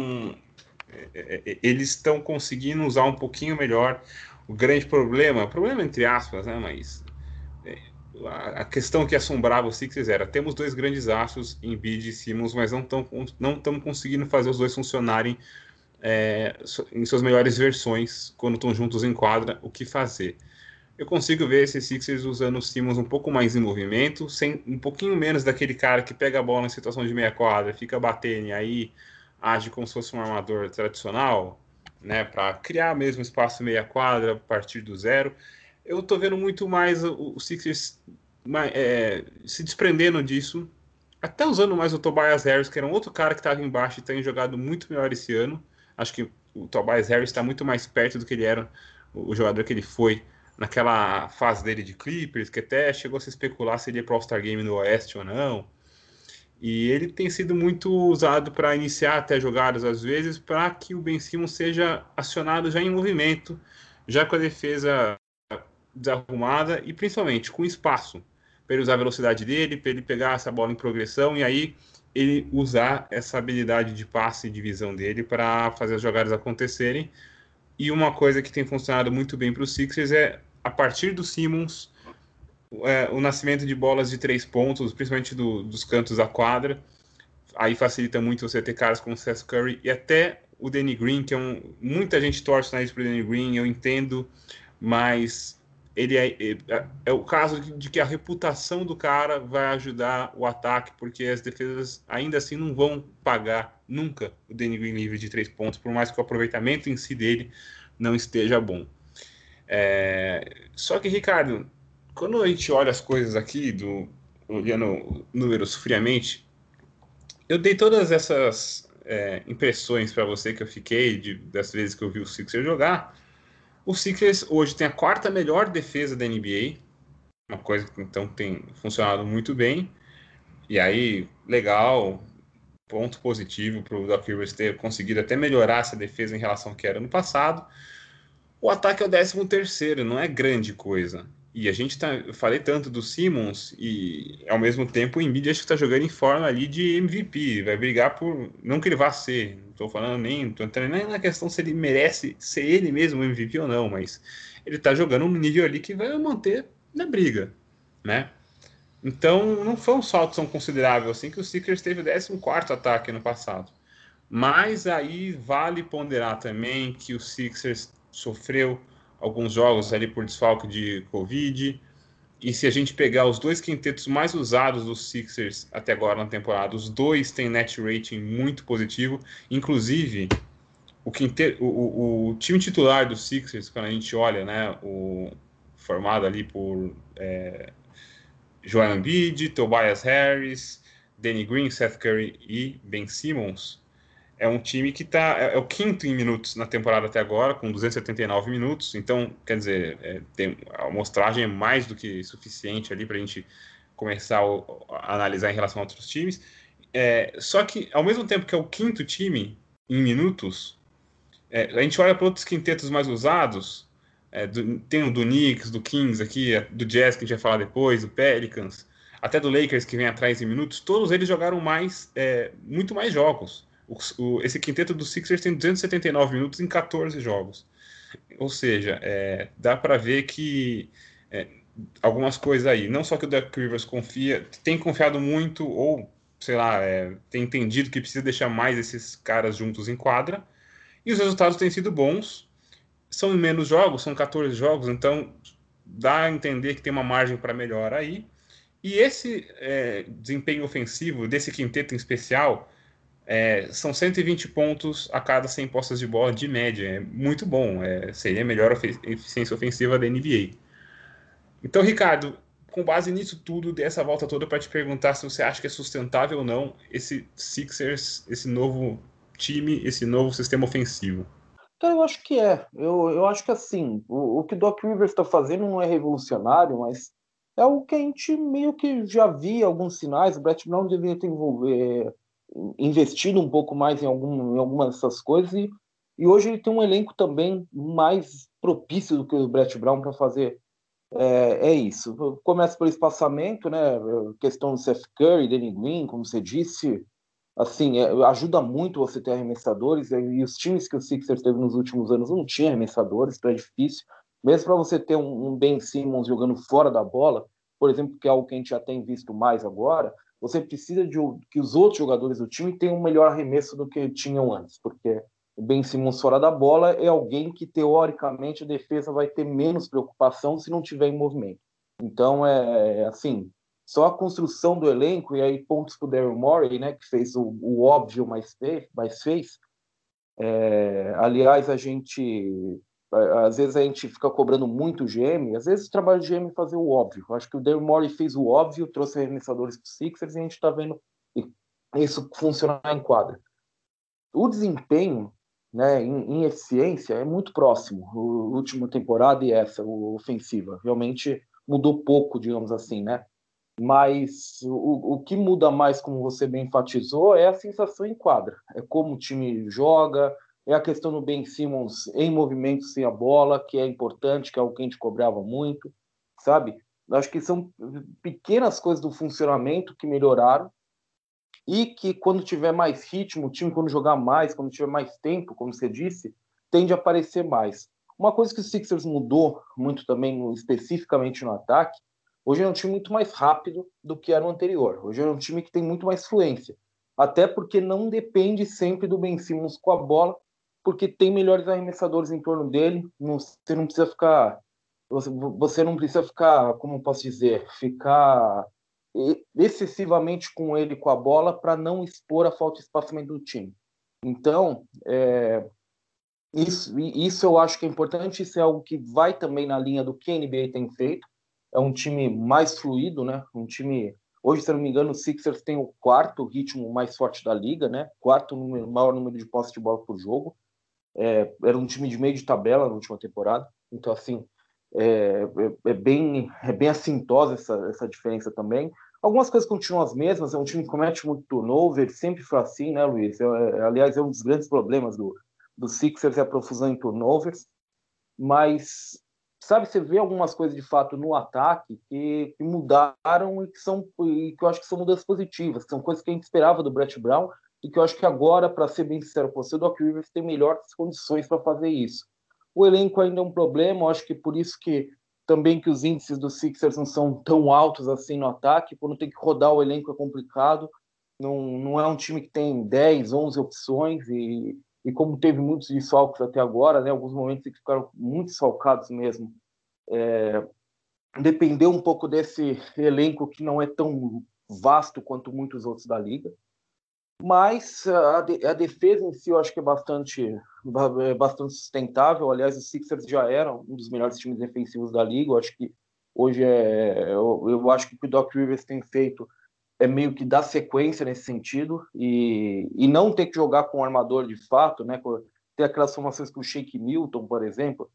eles estão conseguindo usar um pouquinho melhor o grande problema entre aspas, né, mas a questão que assombrava o Sixers era: temos dois grandes astros, Embiid e Simmons, mas não estamos conseguindo fazer os dois funcionarem em suas melhores versões quando estão juntos em quadra. O que fazer? Eu consigo ver esses Sixers usando o Simmons um pouco mais em movimento, um pouquinho menos daquele cara que pega a bola em situação de meia quadra, fica batendo e aí age como se fosse um armador tradicional, né, para criar mesmo espaço meia quadra a partir do zero. Eu tô vendo muito mais o Sixers se desprendendo disso, até usando mais o Tobias Harris, que era um outro cara que estava embaixo e tem jogado muito melhor esse ano. Acho que o Tobias Harris está muito mais perto do que ele era, o jogador que ele foi naquela fase dele de Clippers, que até chegou a se especular se ele ia para o All-Star Game no Oeste ou não. E ele tem sido muito usado para iniciar até jogadas, às vezes, para que o Ben Simmons seja acionado já em movimento, já com a defesa desarrumada e principalmente com espaço, para ele usar a velocidade dele, para ele pegar essa bola em progressão e aí ele usar essa habilidade de passe e de visão dele para fazer as jogadas acontecerem. E uma coisa que tem funcionado muito bem para os Sixers é, a partir do Simmons, o nascimento de bolas de 3 pontos, principalmente dos cantos da quadra. Aí facilita muito você ter caras como o Seth Curry e até o Danny Green, que muita gente torce na para o Danny Green, eu entendo, mas ele é o caso de que a reputação do cara vai ajudar o ataque, porque as defesas ainda assim não vão pagar nunca o Danny Green livre de 3 pontos, por mais que o aproveitamento em si dele não esteja bom. Só que, Ricardo, quando a gente olha as coisas aqui, olhando números friamente, eu dei todas essas impressões para você que eu fiquei das vezes que eu vi o Sixers jogar. O Sixers hoje tem a 4ª melhor defesa da NBA, uma coisa que então tem funcionado muito bem. E aí, legal, ponto positivo para o Doc Rivers ter conseguido até melhorar essa defesa em relação ao que era no passado. O ataque é o 13º, não é grande coisa. E a gente tá. Eu falei tanto do Simmons e ao mesmo tempo o Embiid acho que tá jogando em forma ali de MVP. Vai brigar por. Não que ele vá ser. Não tô falando nem. Tô entrando nem na questão se ele merece ser ele mesmo o MVP ou não, mas ele tá jogando um nível ali que vai manter na briga, né? Então não foi um salto tão considerável assim que o Sixers teve o 14º ataque no passado. Mas aí vale ponderar também que o Sixers sofreu alguns jogos ali por desfalque de Covid. E se a gente pegar os dois quintetos mais usados dos Sixers até agora na temporada, os dois têm net rating muito positivo. Inclusive, o time titular dos Sixers, quando a gente olha, né, formado ali por Joel Embiid, Tobias Harris, Danny Green, Seth Curry e Ben Simmons, é um time que é o quinto em minutos na temporada até agora, com 279 minutos. Então, quer dizer, a amostragem é mais do que suficiente ali para a gente começar a analisar em relação a outros times. Só que, ao mesmo tempo que é o quinto time em minutos, a gente olha para outros quintetos mais usados. Tem o do Knicks, do Kings aqui, do Jazz, que a gente vai falar depois, do Pelicans, até do Lakers, que vem atrás em minutos. Todos eles jogaram muito mais jogos. Esse quinteto do Sixers tem 279 minutos em 14 jogos. Ou seja, dá para ver que algumas coisas aí, não só que o Doc Rivers tem confiado muito, ou sei lá, tem entendido que precisa deixar mais esses caras juntos em quadra, e os resultados têm sido bons. São menos jogos, são 14 jogos, então dá a entender que tem uma margem para melhor aí. E esse desempenho ofensivo desse quinteto em especial são 120 pontos a cada 100 postas de bola de média. É muito bom. Seria a melhor eficiência ofensiva da NBA. Então, Ricardo, com base nisso tudo, dessa volta toda, para te perguntar se você acha que é sustentável ou não esse Sixers, esse novo time, esse novo sistema ofensivo. Então, eu acho que é. Eu acho que assim, o que o Doc Rivers está fazendo não é revolucionário, mas é o que a gente meio que já via alguns sinais. O Brett Brown deveria ter investido um pouco mais em algumas dessas coisas, e hoje ele tem um elenco também mais propício do que o Brett Brown para fazer isso. Começa pelo espaçamento, né? Questão do Seth Curry, Danny Green, como você disse. Assim, ajuda muito você ter arremessadores, e os times que o Sixers teve nos últimos anos não tinham arremessadores, então é difícil. Mesmo para você ter um Ben Simmons jogando fora da bola, por exemplo, que é algo que a gente já tem visto mais agora, você precisa que os outros jogadores do time tenham um melhor arremesso do que tinham antes, porque o Ben Simmons fora da bola é alguém que, teoricamente, a defesa vai ter menos preocupação se não tiver em movimento. Então, assim, só a construção do elenco, e aí pontos para o Daryl Morey, né, que fez o óbvio, mas fez. Aliás, às vezes a gente fica cobrando muito o GM, às vezes o trabalho do GM é fazer o óbvio. Eu acho que o Daryl Morey fez o óbvio, trouxe arremessadores para o Sixers, e a gente está vendo isso funcionar em quadra. O desempenho, né, em eficiência é muito próximo. A última temporada e essa, ofensiva, realmente mudou pouco, digamos assim, né? Mas o que muda mais, como você bem enfatizou, é a sensação em quadra. É como o time joga, é a questão do Ben Simmons em movimento sem a bola, que é importante, que é o que a gente cobrava muito, sabe? Acho que são pequenas coisas do funcionamento que melhoraram e que, quando tiver mais ritmo, o time, quando jogar mais, quando tiver mais tempo, como você disse, tende a aparecer mais. Uma coisa que o Sixers mudou muito também, especificamente no ataque, hoje é um time muito mais rápido do que era o anterior. Hoje é um time que tem muito mais fluência. Até porque não depende sempre do Ben Simmons com a bola, porque tem melhores arremessadores em torno dele. Você não precisa ficar... Você não precisa ficar, como posso dizer, ficar excessivamente com ele com a bola para não expor a falta de espaçamento do time. Então, isso eu acho que é importante, isso é algo que vai também na linha do que a NBA tem feito. É um time mais fluido, né? Um time... Hoje, se eu não me engano, o Sixers tem o quarto ritmo mais forte da liga, né? Maior número de posse de bola por jogo. Era um time de meio de tabela na última temporada. Então, assim, é bem assintosa essa diferença também. Algumas coisas continuam as mesmas. É um time que comete muito turnover, sempre foi assim, né, Luiz? Aliás, é um dos grandes problemas do Sixers, é a profusão em turnovers. mas, sabe, você vê algumas coisas de fato no ataque que mudaram e que eu acho que são mudanças positivas, que são coisas que a gente esperava do Brett Brown e que eu acho que agora, para ser bem sincero com você, o Doc Rivers tem melhores condições para fazer isso. O elenco ainda é um problema, eu acho que por isso que também que os índices dos Sixers não são tão altos assim no ataque, quando tem que rodar o elenco é complicado, não é um time que tem 10, 11 opções e como teve muitos desfalques até agora, né, alguns momentos que ficaram muito desfalcados mesmo, dependeu um pouco desse elenco que não é tão vasto quanto muitos outros da liga. Mas a defesa em si eu acho que é bastante sustentável. Aliás, os Sixers já eram um dos melhores times defensivos da liga. Eu acho que hoje eu acho que o que o Doc Rivers tem feito é meio que dar sequência nesse sentido e não ter que jogar com um armador de fato, né? Ter aquelas formações com o Shake Milton, por exemplo.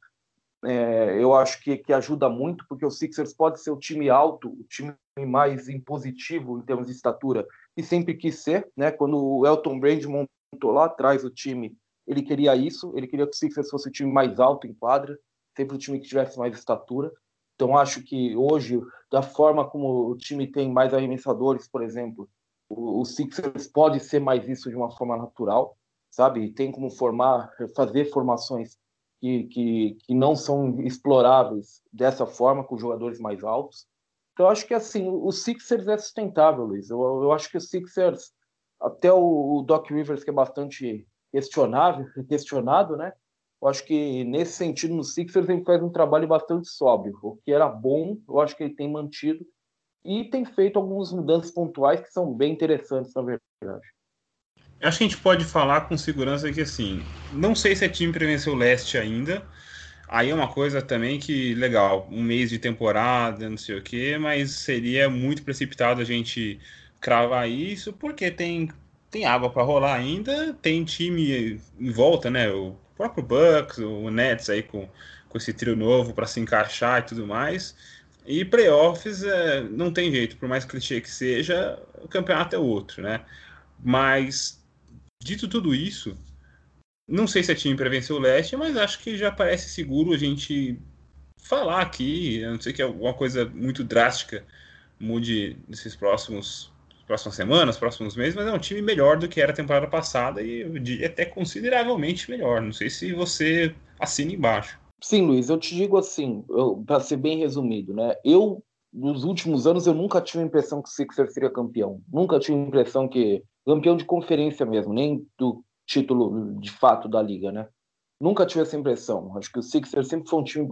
Eu acho que ajuda muito, porque o Sixers pode ser o time alto, o time mais impositivo em termos de estatura, e sempre quis ser, né? Quando o Elton Brand montou lá atrás o time, ele queria isso, ele queria que o Sixers fosse o time mais alto em quadra, sempre o time que tivesse mais estatura. Então acho que hoje, da forma como o time tem mais arremessadores, por exemplo, o Sixers pode ser mais isso de uma forma natural, sabe? Tem como fazer formações que não são exploráveis dessa forma, com jogadores mais altos. Então, eu acho que assim, o Sixers é sustentável, Luiz. Eu acho que o Sixers, até o Doc Rivers, que é bastante questionado, né? Eu acho que, nesse sentido, no Sixers, ele faz um trabalho bastante sóbrio. O que era bom, eu acho que ele tem mantido e tem feito algumas mudanças pontuais que são bem interessantes, na verdade. Acho que a gente pode falar com segurança que, assim, não sei se é time para vencer o leste ainda. Aí é uma coisa também que, legal, um mês de temporada, não sei o quê, mas seria muito precipitado a gente cravar isso, porque tem água para rolar ainda, tem time em volta, né? O próprio Bucks, o Nets aí com esse trio novo para se encaixar e tudo mais. E playoffs não tem jeito, por mais clichê que seja, o campeonato é outro, né? Mas dito tudo isso, não sei se é time para vencer o leste, mas acho que já parece seguro a gente falar aqui, a não ser que alguma coisa muito drástica mude nesses próximas semanas, próximos meses, mas é um time melhor do que era a temporada passada e eu diria até consideravelmente melhor. Não sei se você assina embaixo. Sim, Luiz, eu te digo assim, para ser bem resumido, né? Nos últimos anos, eu nunca tive a impressão que o Sixers seria campeão. Nunca tive a impressão que... Campeão de conferência mesmo, nem do título de fato da liga, né? Nunca tive essa impressão. Acho que o Sixers sempre foi um time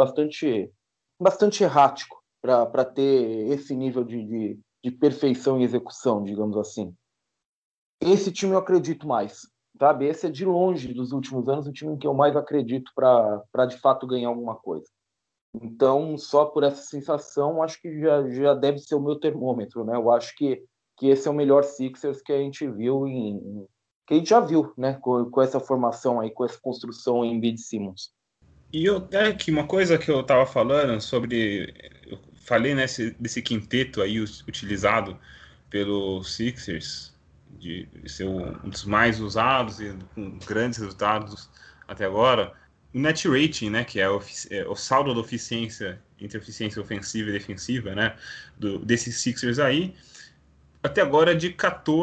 bastante errático para ter esse nível de perfeição e execução, digamos assim. Esse time eu acredito mais, sabe? Esse é de longe dos últimos anos o time em que eu mais acredito para de fato ganhar alguma coisa. Então, só por essa sensação, acho que já deve ser o meu termômetro, né? Eu acho que esse é o melhor Sixers que a gente viu que a gente já viu, né? Com essa formação aí, com essa construção em Embiid Simmons. E que uma coisa que eu tava falando sobre, eu falei desse quinteto aí utilizado pelo Sixers, de ser um dos mais usados e com grandes resultados até agora, o net rating, né, que é o saldo da eficiência entre eficiência ofensiva e defensiva, né, desses Sixers aí, até agora é de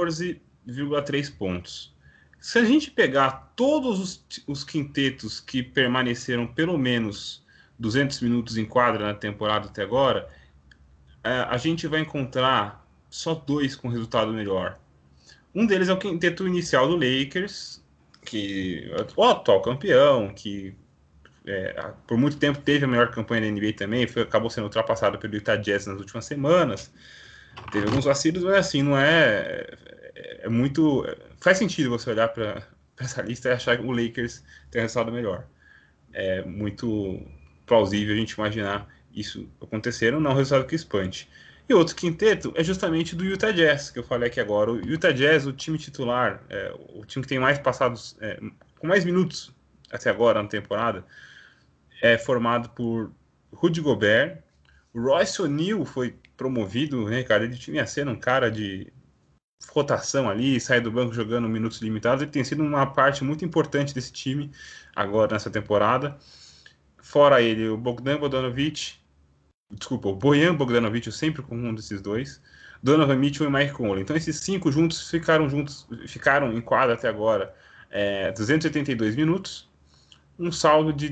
14,3 pontos. Se a gente pegar todos os quintetos que permaneceram pelo menos 200 minutos em quadra na temporada até agora, a gente vai encontrar só dois com resultado melhor. Um deles é o quinteto inicial do Lakers, que é o atual campeão, que por muito tempo teve a melhor campanha da NBA também, acabou sendo ultrapassado pelo Utah Jazz nas últimas semanas. Teve alguns vacilos, mas assim, não é muito... Faz sentido você olhar para essa lista e achar que o Lakers tem um resultado melhor. É muito plausível a gente imaginar isso acontecendo, não é um resultado que espante. E outro quinteto é justamente do Utah Jazz, que eu falei aqui agora. O Utah Jazz, o time titular, o time que tem mais passados, com mais minutos até agora na temporada, é formado por Rudy Gobert. O Royce O'Neal foi promovido, né, cara? Ele tinha sendo um cara de rotação ali, sair do banco jogando minutos limitados. Ele tem sido uma parte muito importante desse time agora nessa temporada. Fora ele, o Bojan Bogdanovic, sempre com um desses dois, Donovan Mitchell e Mike Conley. Então esses 5 ficaram em quadra até agora 282 minutos, um saldo de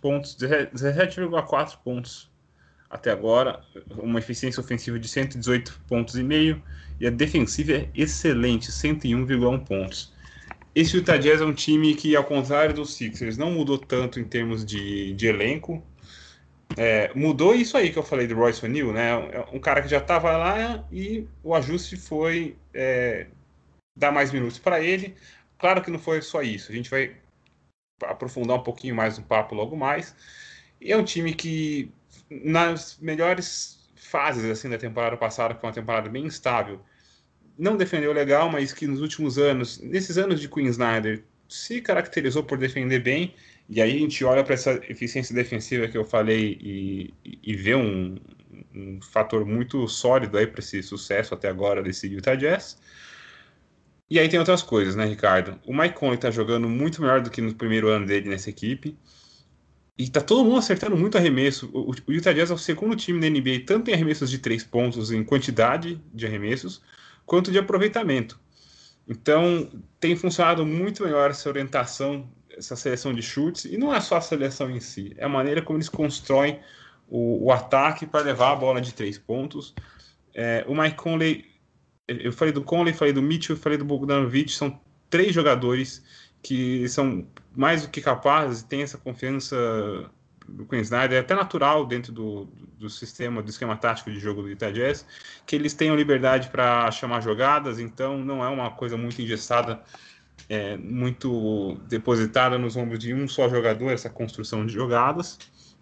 17,4 pontos até agora, uma eficiência ofensiva de 118 pontos e meio, e a defensiva é excelente, 101,1 pontos. Esse Utah Jazz é um time que, ao contrário dos Sixers, não mudou tanto em termos de elenco. Mudou isso aí que eu falei do Royce O'Neal, né? Um cara que já estava lá e o ajuste foi dar mais minutos para ele. Claro que não foi só isso. A gente vai aprofundar um pouquinho mais no papo logo mais. E é um time que, nas melhores fases assim da temporada passada, que foi uma temporada bem instável, não defendeu legal, mas que nos últimos anos, nesses anos de Quinn Snyder, se caracterizou por defender bem. E aí a gente olha para essa eficiência defensiva que eu falei e vê um fator muito sólido aí para esse sucesso até agora desse Utah Jazz. E aí tem outras coisas, né, Ricardo? O Mike Conley tá jogando muito melhor do que no primeiro ano dele nessa equipe. E tá todo mundo acertando muito arremesso. O Utah Jazz é o segundo time da NBA, tanto em arremessos de 3 pontos, em quantidade de arremessos, quanto de aproveitamento. Então, tem funcionado muito melhor essa orientação, essa seleção de chutes, e não é só a seleção em si, é a maneira como eles constroem o ataque para levar a bola de 3 pontos. O Mike Conley, eu falei do Conley, falei do Mitchell, falei do Bogdanovic, são 3 jogadores que são mais do que capazes, têm essa confiança do Quinn Snyder, é até natural dentro do sistema, do esquema tático de jogo do Utah Jazz, que eles tenham liberdade para chamar jogadas, então não é uma coisa muito engessada, muito depositada nos ombros de um só jogador, essa construção de jogadas.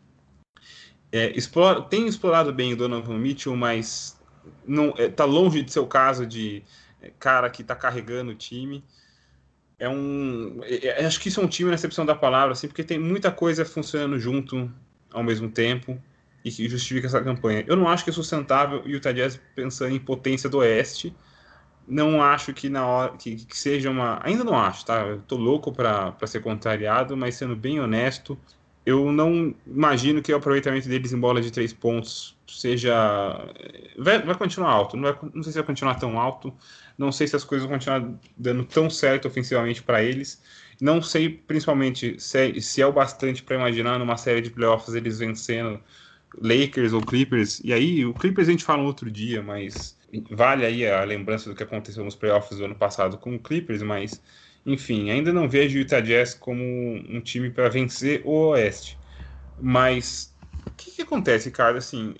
Tem explorado bem o Donovan Mitchell, mas está longe de ser o caso de cara que está carregando o time. Acho que isso é um time na acepção da palavra, assim, porque tem muita coisa funcionando junto ao mesmo tempo e que justifica essa campanha. Eu não acho que é sustentável o Utah Jazz pensando em potência do Oeste. Não acho que na hora que seja uma. Ainda não acho, tá? Eu tô louco para ser contrariado, mas sendo bem honesto, eu não imagino que o aproveitamento deles em bola de 3 pontos seja. Vai continuar alto, não sei se vai continuar tão alto. Não sei se as coisas vão continuar dando tão certo ofensivamente para eles. Não sei, principalmente, se é o bastante para imaginar numa série de playoffs eles vencendo Lakers ou Clippers. E aí, o Clippers a gente fala um outro dia, mas vale aí a lembrança do que aconteceu nos playoffs do ano passado com o Clippers. Mas, enfim, ainda não vejo o Utah Jazz como um time para vencer o Oeste. Mas o que acontece, cara? Assim,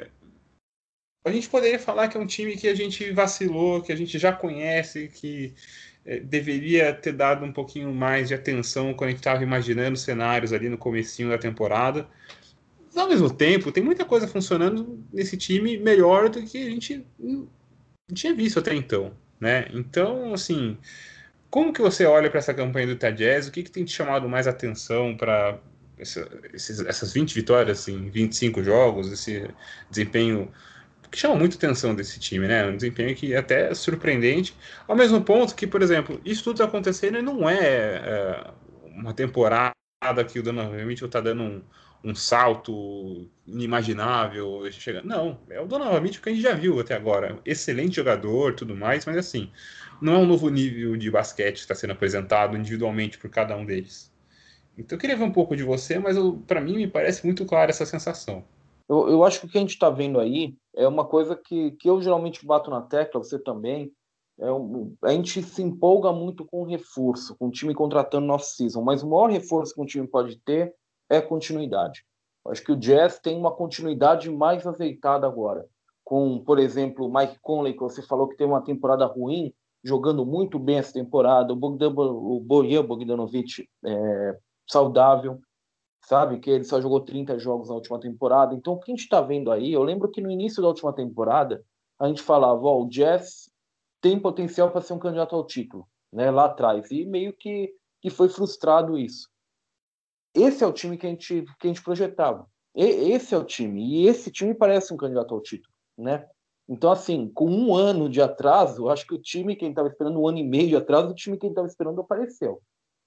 a gente poderia falar que é um time que a gente vacilou, que a gente já conhece, que deveria ter dado um pouquinho mais de atenção quando a gente estava imaginando cenários ali no comecinho da temporada. Mas, ao mesmo tempo, tem muita coisa funcionando nesse time melhor do que a gente não tinha visto até então, né? Então, assim, como que você olha para essa campanha do Utah Jazz? O que tem te chamado mais atenção para essas 20 vitórias em 25 jogos, esse desempenho que chama muito atenção desse time, né? Um desempenho que é até surpreendente, ao mesmo ponto que, por exemplo, isso tudo tá acontecendo e não é uma temporada que o Donovan Mitchell tá dando um salto inimaginável. Não, é o Donovan Mitchell que a gente já viu até agora. Excelente jogador, tudo mais, mas assim, não é um novo nível de basquete que está sendo apresentado individualmente por cada um deles. Então eu queria ver um pouco de você, mas para mim me parece muito clara essa sensação. Eu acho que o que a gente está vendo aí é uma coisa que eu geralmente bato na tecla, você também. A gente se empolga muito com o reforço, com o time contratando no off-season, mas o maior reforço que um time pode ter é continuidade. Eu acho que o Jazz tem uma continuidade mais azeitada agora. Com, por exemplo, o Mike Conley, que você falou que teve uma temporada ruim, jogando muito bem essa temporada, o Bojan Bogdanovic saudável, sabe? Que ele só jogou 30 jogos na última temporada. Então, o que a gente está vendo aí, eu lembro que no início da última temporada, a gente falava, o Jazz tem potencial para ser um candidato ao título, né? Lá atrás. E meio que foi frustrado isso. Esse é o time que a gente projetava. Esse é o time. E esse time parece um candidato ao título, né? Então, assim, com um ano de atraso, acho que o time que a gente estava esperando, um ano e meio de atraso, o time que a gente estava esperando apareceu.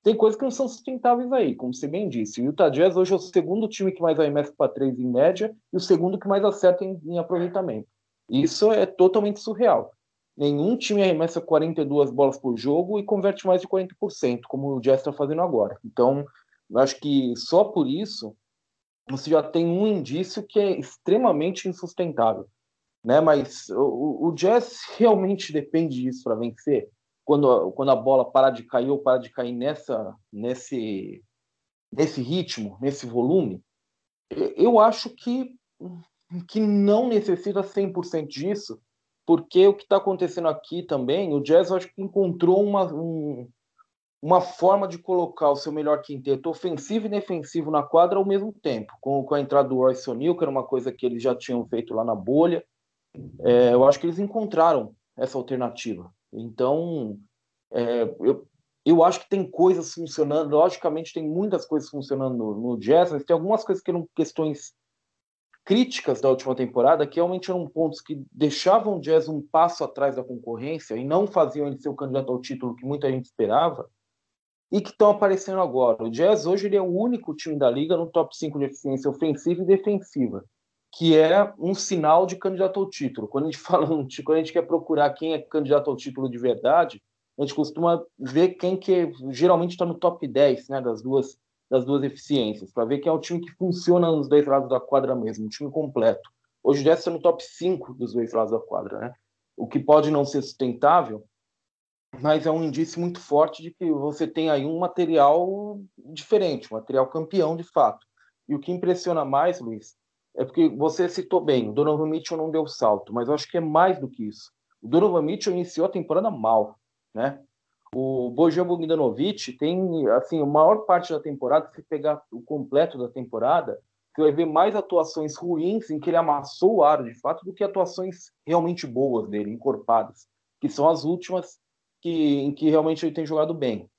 tem coisas que não são sustentáveis aí, como você bem disse. O Utah Jazz hoje é o segundo time que mais arremessa para 3 em média e o segundo que mais acerta em aproveitamento. Isso é totalmente surreal. Nenhum time arremessa 42 bolas por jogo e converte mais de 40%, como o Jazz está fazendo agora. Então, eu acho que só por isso você já tem um indício que é extremamente insustentável, né? Mas o Jazz realmente depende disso para vencer. Quando a bola parar de cair ou parar de cair nesse ritmo, nesse volume, eu acho que não necessita 100% disso, porque o que está acontecendo aqui também, o Jazz eu acho que encontrou uma forma de colocar o seu melhor quinteto ofensivo e defensivo na quadra ao mesmo tempo, com a entrada do Royce O'Neal, que era uma coisa que eles já tinham feito lá na bolha. Eu acho que eles encontraram essa alternativa. Então, eu acho que tem coisas funcionando, logicamente tem muitas coisas funcionando no Jazz, mas tem algumas coisas que eram questões críticas da última temporada, que realmente eram pontos que deixavam o Jazz um passo atrás da concorrência e não faziam ele ser o candidato ao título que muita gente esperava, e que estão aparecendo agora. O Jazz hoje ele é o único time da liga no top 5 de eficiência ofensiva e defensiva, que é um sinal de candidato ao título. Quando a gente quer procurar quem é candidato ao título de verdade, a gente costuma ver quem que geralmente está no top 10, né, das duas eficiências, para ver quem é o time que funciona nos dois lados da quadra mesmo, um time completo. Hoje o Jazz está no top 5 dos dois lados da quadra, né? O que pode não ser sustentável, mas é um indício muito forte de que você tem aí um material diferente, um material campeão de fato. E o que impressiona mais, Luiz, é porque você citou bem, o Donovan Mitchell não deu salto, mas eu acho que é mais do que isso. O Donovan Mitchell iniciou a temporada mal, né? O Bojan Bogdanovic tem, assim, a maior parte da temporada, se pegar o completo da temporada, você vai ver mais atuações ruins em que ele amassou o aro, de fato, do que atuações realmente boas dele, encorpadas, que são as últimas em que realmente ele tem jogado bem,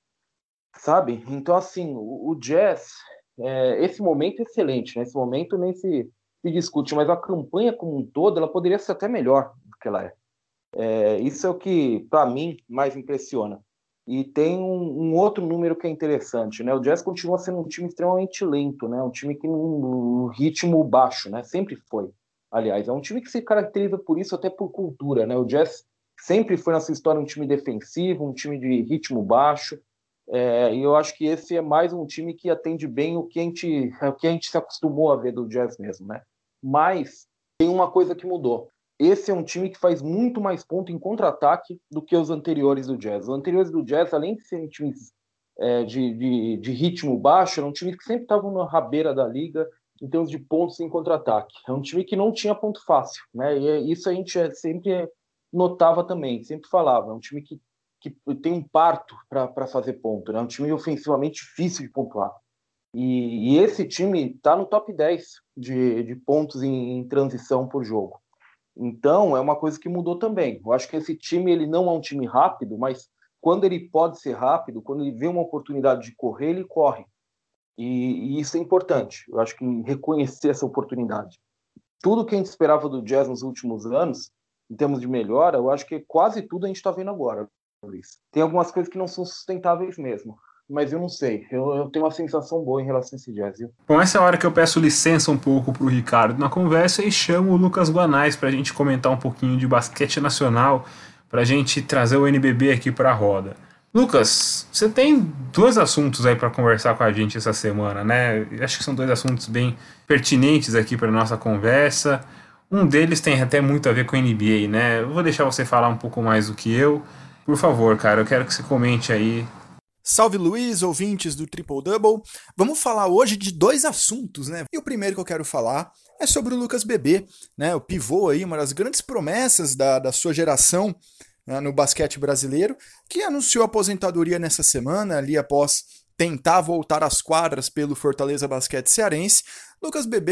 sabe? Então, assim, o Jazz, esse momento é excelente, né? Esse momento nem se discute, mas a campanha como um todo, ela poderia ser até melhor do que ela é. Isso é o que, para mim, mais impressiona. E tem um outro número que é interessante, né? O Jazz continua sendo um time extremamente lento, né? Um time que num ritmo baixo, né? Sempre foi. Aliás, é um time que se caracteriza por isso, até por cultura, né? O Jazz sempre foi na sua história um time defensivo, um time de ritmo baixo. E eu acho que esse é mais um time que atende bem o que a gente se acostumou a ver do Jazz mesmo, né? Mas tem uma coisa que mudou. Esse é um time que faz muito mais ponto em contra-ataque do que os anteriores do Jazz. Os anteriores do Jazz, além de serem times de ritmo baixo, eram times que sempre estavam na rabeira da liga em termos de pontos em contra-ataque. É um time que não tinha ponto fácil, né? E isso a gente sempre notava também, sempre falava. É um time que tem um parto para fazer ponto, né? É um time ofensivamente difícil de pontuar. E esse time está no top 10 de pontos em transição por jogo. Então, é uma coisa que mudou também. Eu acho que esse time ele não é um time rápido, mas quando ele pode ser rápido, quando ele vê uma oportunidade de correr, ele corre. E isso é importante. Eu acho que reconhecer essa oportunidade. Tudo que a gente esperava do Jazz nos últimos anos, em termos de melhora, eu acho que quase tudo a gente está vendo agora, Luiz. Tem algumas coisas que não são sustentáveis mesmo. Mas eu não sei, eu tenho uma sensação boa em relação a esse Jazz, viu? Bom, essa é a hora que eu peço licença um pouco pro Ricardo na conversa e chamo o Lucas Guanais pra gente comentar um pouquinho de basquete nacional, pra gente trazer o NBB aqui pra roda. Lucas, você tem dois assuntos aí pra conversar com a gente essa semana, né? Acho que são dois assuntos bem pertinentes aqui pra nossa conversa. Um deles tem até muito a ver com a NBA, né? Eu vou deixar você falar um pouco mais do que eu. Por favor, cara, eu quero que você comente aí. Salve Luiz, ouvintes do Triple Double. Vamos falar hoje de dois assuntos, né? E o primeiro que eu quero falar é sobre o Lucas Bebê, né? O pivô aí, uma das grandes promessas da sua geração, né, no basquete brasileiro, que anunciou aposentadoria nessa semana, ali após tentar voltar às quadras pelo Fortaleza Basquete Cearense. Lucas Bebê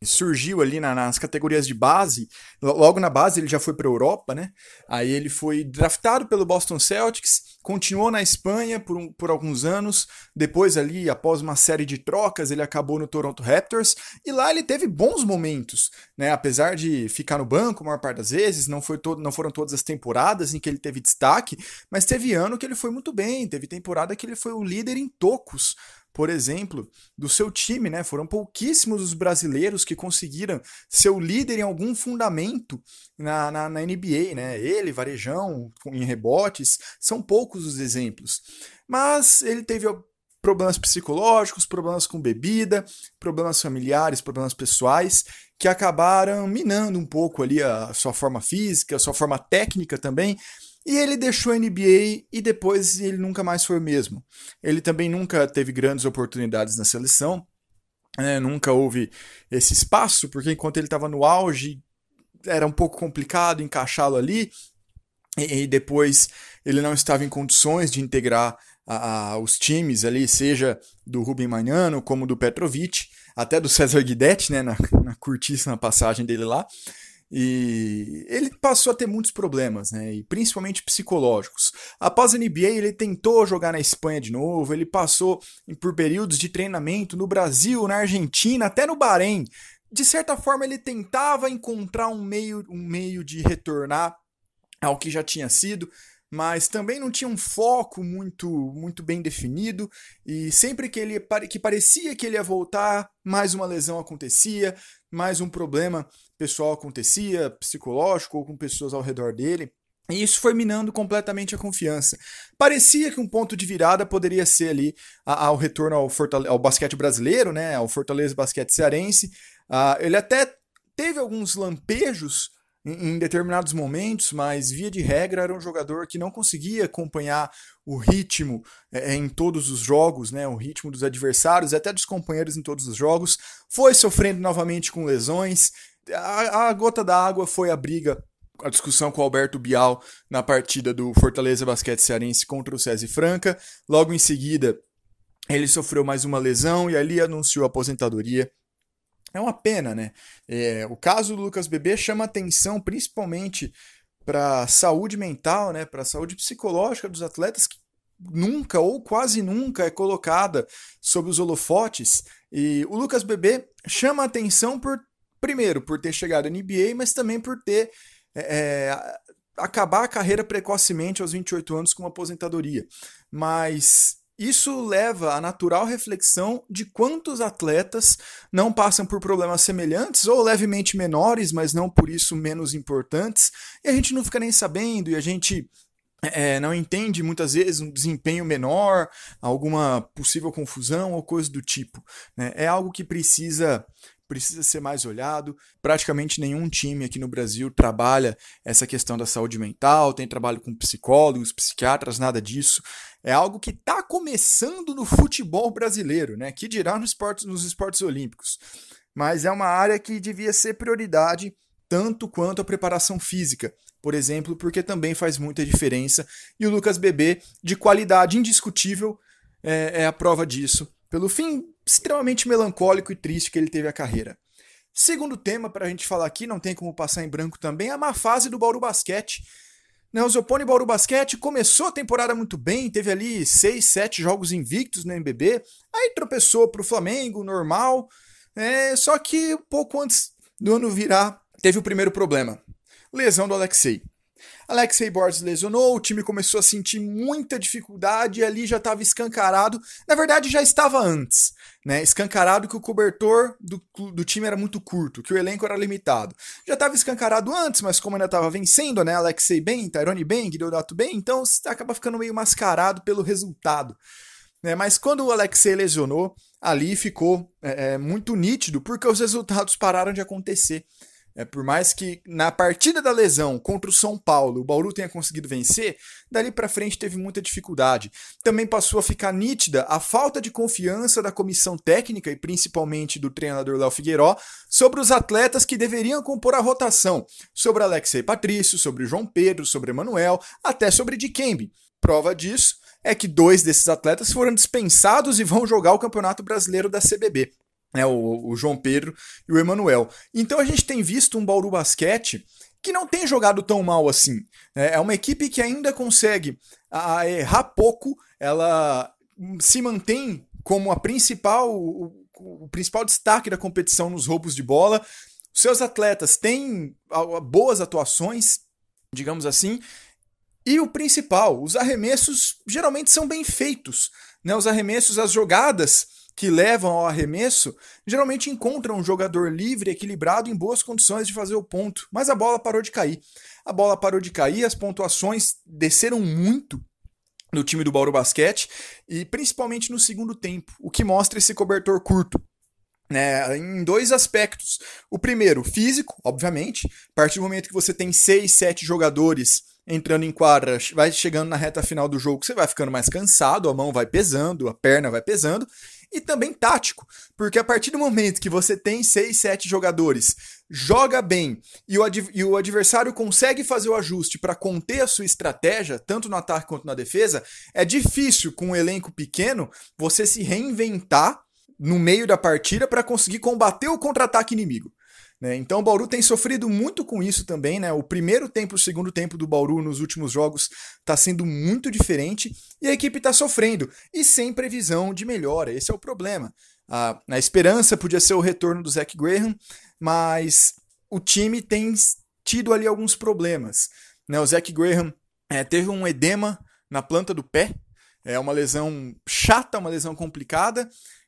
surgiu ali nas categorias de base. Logo na base ele já foi para a Europa, né? Aí ele foi draftado pelo Boston Celtics, continuou na Espanha por alguns anos, depois ali, após uma série de trocas, ele acabou no Toronto Raptors, e lá ele teve bons momentos, né? Apesar de ficar no banco a maior parte das vezes, não foram todas as temporadas em que ele teve destaque, mas teve ano que ele foi muito bem, teve temporada que ele foi o líder em tocos, por exemplo, do seu time, né? Foram pouquíssimos os brasileiros que conseguiram ser o líder em algum fundamento na NBA, né? Ele, Varejão, em rebotes, são poucos os exemplos. Mas ele teve problemas psicológicos, problemas com bebida, problemas familiares, problemas pessoais, que acabaram minando um pouco ali a sua forma física, a sua forma técnica também. E ele deixou a NBA e depois ele nunca mais foi o mesmo. Ele também nunca teve grandes oportunidades na seleção, nunca houve esse espaço, porque enquanto ele estava no auge, era um pouco complicado encaixá-lo ali, e depois ele não estava em condições de integrar os times ali, seja do Rubem Magnano, como do Petrovic, até do César Guidetti, né, na curtíssima passagem dele lá. E ele passou a ter muitos problemas, né, e principalmente psicológicos. Após a NBA, ele tentou jogar na Espanha de novo, ele passou por períodos de treinamento no Brasil, na Argentina, até no Bahrein. De certa forma, ele tentava encontrar um meio de retornar ao que já tinha sido, mas também não tinha um foco muito bem definido, e sempre que parecia que ele ia voltar, mais uma lesão acontecia, mais um problema pessoal acontecia, psicológico ou com pessoas ao redor dele, e isso foi minando completamente a confiança. Parecia que um ponto de virada poderia ser ali ao retorno ao basquete brasileiro, né, ao Fortaleza Basquete Cearense. Ele até teve alguns lampejos em determinados momentos, mas via de regra era um jogador que não conseguia acompanhar o ritmo em todos os jogos, né, o ritmo dos adversários, até dos companheiros em todos os jogos, foi sofrendo novamente com lesões. A gota da água foi a discussão com o Alberto Bial na partida do Fortaleza Basquete Cearense contra o SESI Franca. Logo em seguida, ele sofreu mais uma lesão e ali anunciou a aposentadoria. É uma pena, né? O caso do Lucas Bebê chama atenção principalmente para a saúde mental, né? Para a saúde psicológica dos atletas, que nunca ou quase nunca é colocada sob os holofotes. E o Lucas Bebê chama atenção primeiro, por ter chegado à NBA, mas também por ter acabar a carreira precocemente aos 28 anos com uma aposentadoria. Mas isso leva à natural reflexão de quantos atletas não passam por problemas semelhantes ou levemente menores, mas não por isso menos importantes, e a gente não fica nem sabendo, e a gente não entende muitas vezes um desempenho menor, alguma possível confusão ou coisa do tipo, né? É algo que precisa ser mais olhado. Praticamente nenhum time aqui no Brasil trabalha essa questão da saúde mental, tem trabalho com psicólogos, psiquiatras, nada disso. É algo que está começando no futebol brasileiro, né? Que dirá nos esportes olímpicos. Mas é uma área que devia ser prioridade tanto quanto a preparação física, por exemplo, porque também faz muita diferença. E o Lucas Bebê, de qualidade indiscutível, é a prova disso, pelo fim extremamente melancólico e triste que ele teve a carreira. Segundo tema para a gente falar aqui, não tem como passar em branco também, a má fase do Bauru Basquete. O Zoponi Bauru Basquete começou a temporada muito bem, teve ali 6, 7 jogos invictos no NBB, aí tropeçou para o Flamengo, normal, só que pouco antes do ano virar, teve o primeiro problema, lesão do Alexei. Alexei Borges lesionou, o time começou a sentir muita dificuldade e ali já estava escancarado, na verdade já estava antes, né? Escancarado que o cobertor do time era muito curto, que o elenco era limitado. Já estava escancarado antes, mas como ainda estava vencendo, né? Alexei bem, Tyrone bem, Guidodato bem, então acaba ficando meio mascarado pelo resultado. Mas quando o Alexei lesionou, ali ficou muito nítido, porque os resultados pararam de acontecer. Por mais que na partida da lesão contra o São Paulo o Bauru tenha conseguido vencer, dali para frente teve muita dificuldade. Também passou a ficar nítida a falta de confiança da comissão técnica e principalmente do treinador Léo Figueiró sobre os atletas que deveriam compor a rotação, sobre Alexei Patrício, sobre João Pedro, sobre Emanuel, até sobre Dikembe. Prova disso é que 2 desses atletas foram dispensados e vão jogar o Campeonato Brasileiro da CBB. né, o João Pedro e o Emanuel. Então a gente tem visto um Bauru Basquete que não tem jogado tão mal assim. É uma equipe que ainda consegue errar pouco, ela se mantém como o principal destaque da competição nos roubos de bola. Os seus atletas têm boas atuações, digamos assim, e o principal, os arremessos geralmente são bem feitos, né? Os arremessos, as jogadas que levam ao arremesso, geralmente encontram um jogador livre, equilibrado, em boas condições de fazer o ponto, mas a bola parou de cair. As pontuações desceram muito no time do Bauru Basquete, e principalmente no segundo tempo, o que mostra esse cobertor curto, né, em dois aspectos. O primeiro, físico, obviamente. A partir do momento que você tem 6, 7 jogadores entrando em quadra, vai chegando na reta final do jogo, você vai ficando mais cansado, a mão vai pesando, a perna vai pesando. E também tático, porque a partir do momento que você tem 6, 7 jogadores, joga bem e o adversário consegue fazer o ajuste para conter a sua estratégia, tanto no ataque quanto na defesa, é difícil com um elenco pequeno você se reinventar no meio da partida para conseguir combater o contra-ataque inimigo. Então o Bauru tem sofrido muito com isso também, né? O primeiro tempo e o segundo tempo do Bauru nos últimos jogos está sendo muito diferente e a equipe está sofrendo e sem previsão de melhora. Esse é o problema. A esperança podia ser o retorno do Zach Graham, mas o time tem tido ali alguns problemas, né? O Zach Graham teve um edema na planta do pé, é uma lesão chata, uma lesão complicada,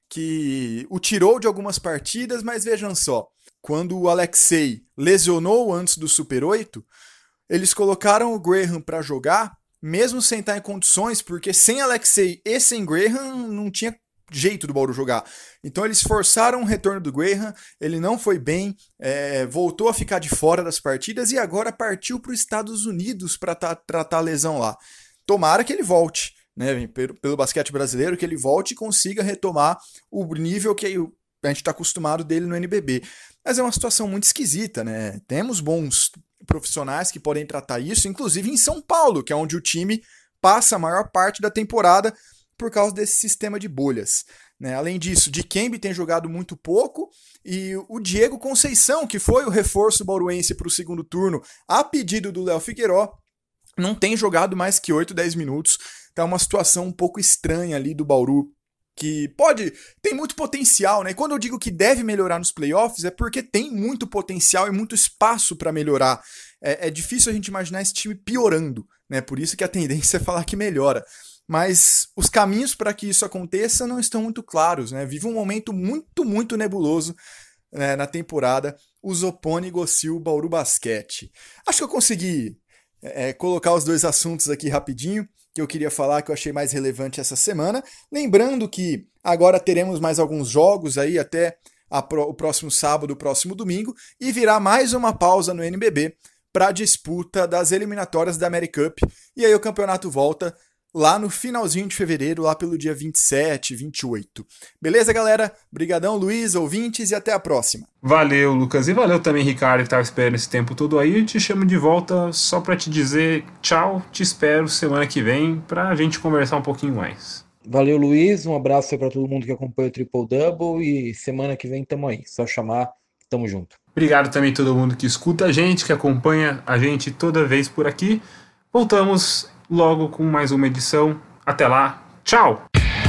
que o tirou de algumas partidas, mas vejam só, quando o Alexei lesionou antes do Super 8, eles colocaram o Graham para jogar, mesmo sem estar em condições, porque sem Alexei e sem Graham não tinha jeito do Bauru jogar. Então eles forçaram o retorno do Graham, ele não foi bem, voltou a ficar de fora das partidas e agora partiu para os Estados Unidos para tratar a lesão lá. Tomara que ele volte, né, pelo basquete brasileiro, que ele volte e consiga retomar o nível que a gente está acostumado dele no NBB. Mas é uma situação muito esquisita, né? Temos bons profissionais que podem tratar isso, inclusive em São Paulo, que é onde o time passa a maior parte da temporada por causa desse sistema de bolhas, né? Além disso, Dikembe tem jogado muito pouco e o Diego Conceição, que foi o reforço bauruense para o segundo turno, a pedido do Léo Figueiró, não tem jogado mais que 8, 10 minutos. Tá uma situação um pouco estranha ali do Bauru, que tem muito potencial, né? E quando eu digo que deve melhorar nos playoffs, é porque tem muito potencial e muito espaço para melhorar. É difícil a gente imaginar esse time piorando, né? Por isso que a tendência é falar que melhora. Mas os caminhos para que isso aconteça não estão muito claros, né? Vive um momento muito, muito nebuloso, né, na temporada, o Zoponi Gossil Bauru Basquete. Acho que eu consegui colocar os dois assuntos aqui rapidinho, que eu queria falar, que eu achei mais relevante essa semana. Lembrando que agora teremos mais alguns jogos aí até o próximo sábado, o próximo domingo, e virá mais uma pausa no NBB para a disputa das eliminatórias da AmeriCup. E aí o campeonato volta lá no finalzinho de fevereiro, lá pelo dia 27, 28. Beleza, galera? Brigadão, Luiz, ouvintes, e até a próxima. Valeu, Lucas, e valeu também, Ricardo, que estava esperando esse tempo todo aí. Eu te chamo de volta só para te dizer tchau, te espero semana que vem para a gente conversar um pouquinho mais. Valeu, Luiz, um abraço aí para todo mundo que acompanha o Triple Double e semana que vem tamo aí, só chamar, tamo junto. Obrigado também a todo mundo que escuta a gente, que acompanha a gente toda vez por aqui. Voltamos logo com mais uma edição. Até lá. Tchau!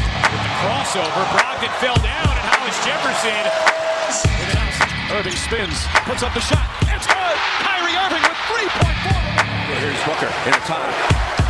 Crossover, Brogdon fell down, and Hollis Jefferson. Irving spins, puts up the shot. It's good! Kyrie Irving with 3.4. Here's Booker in a tie.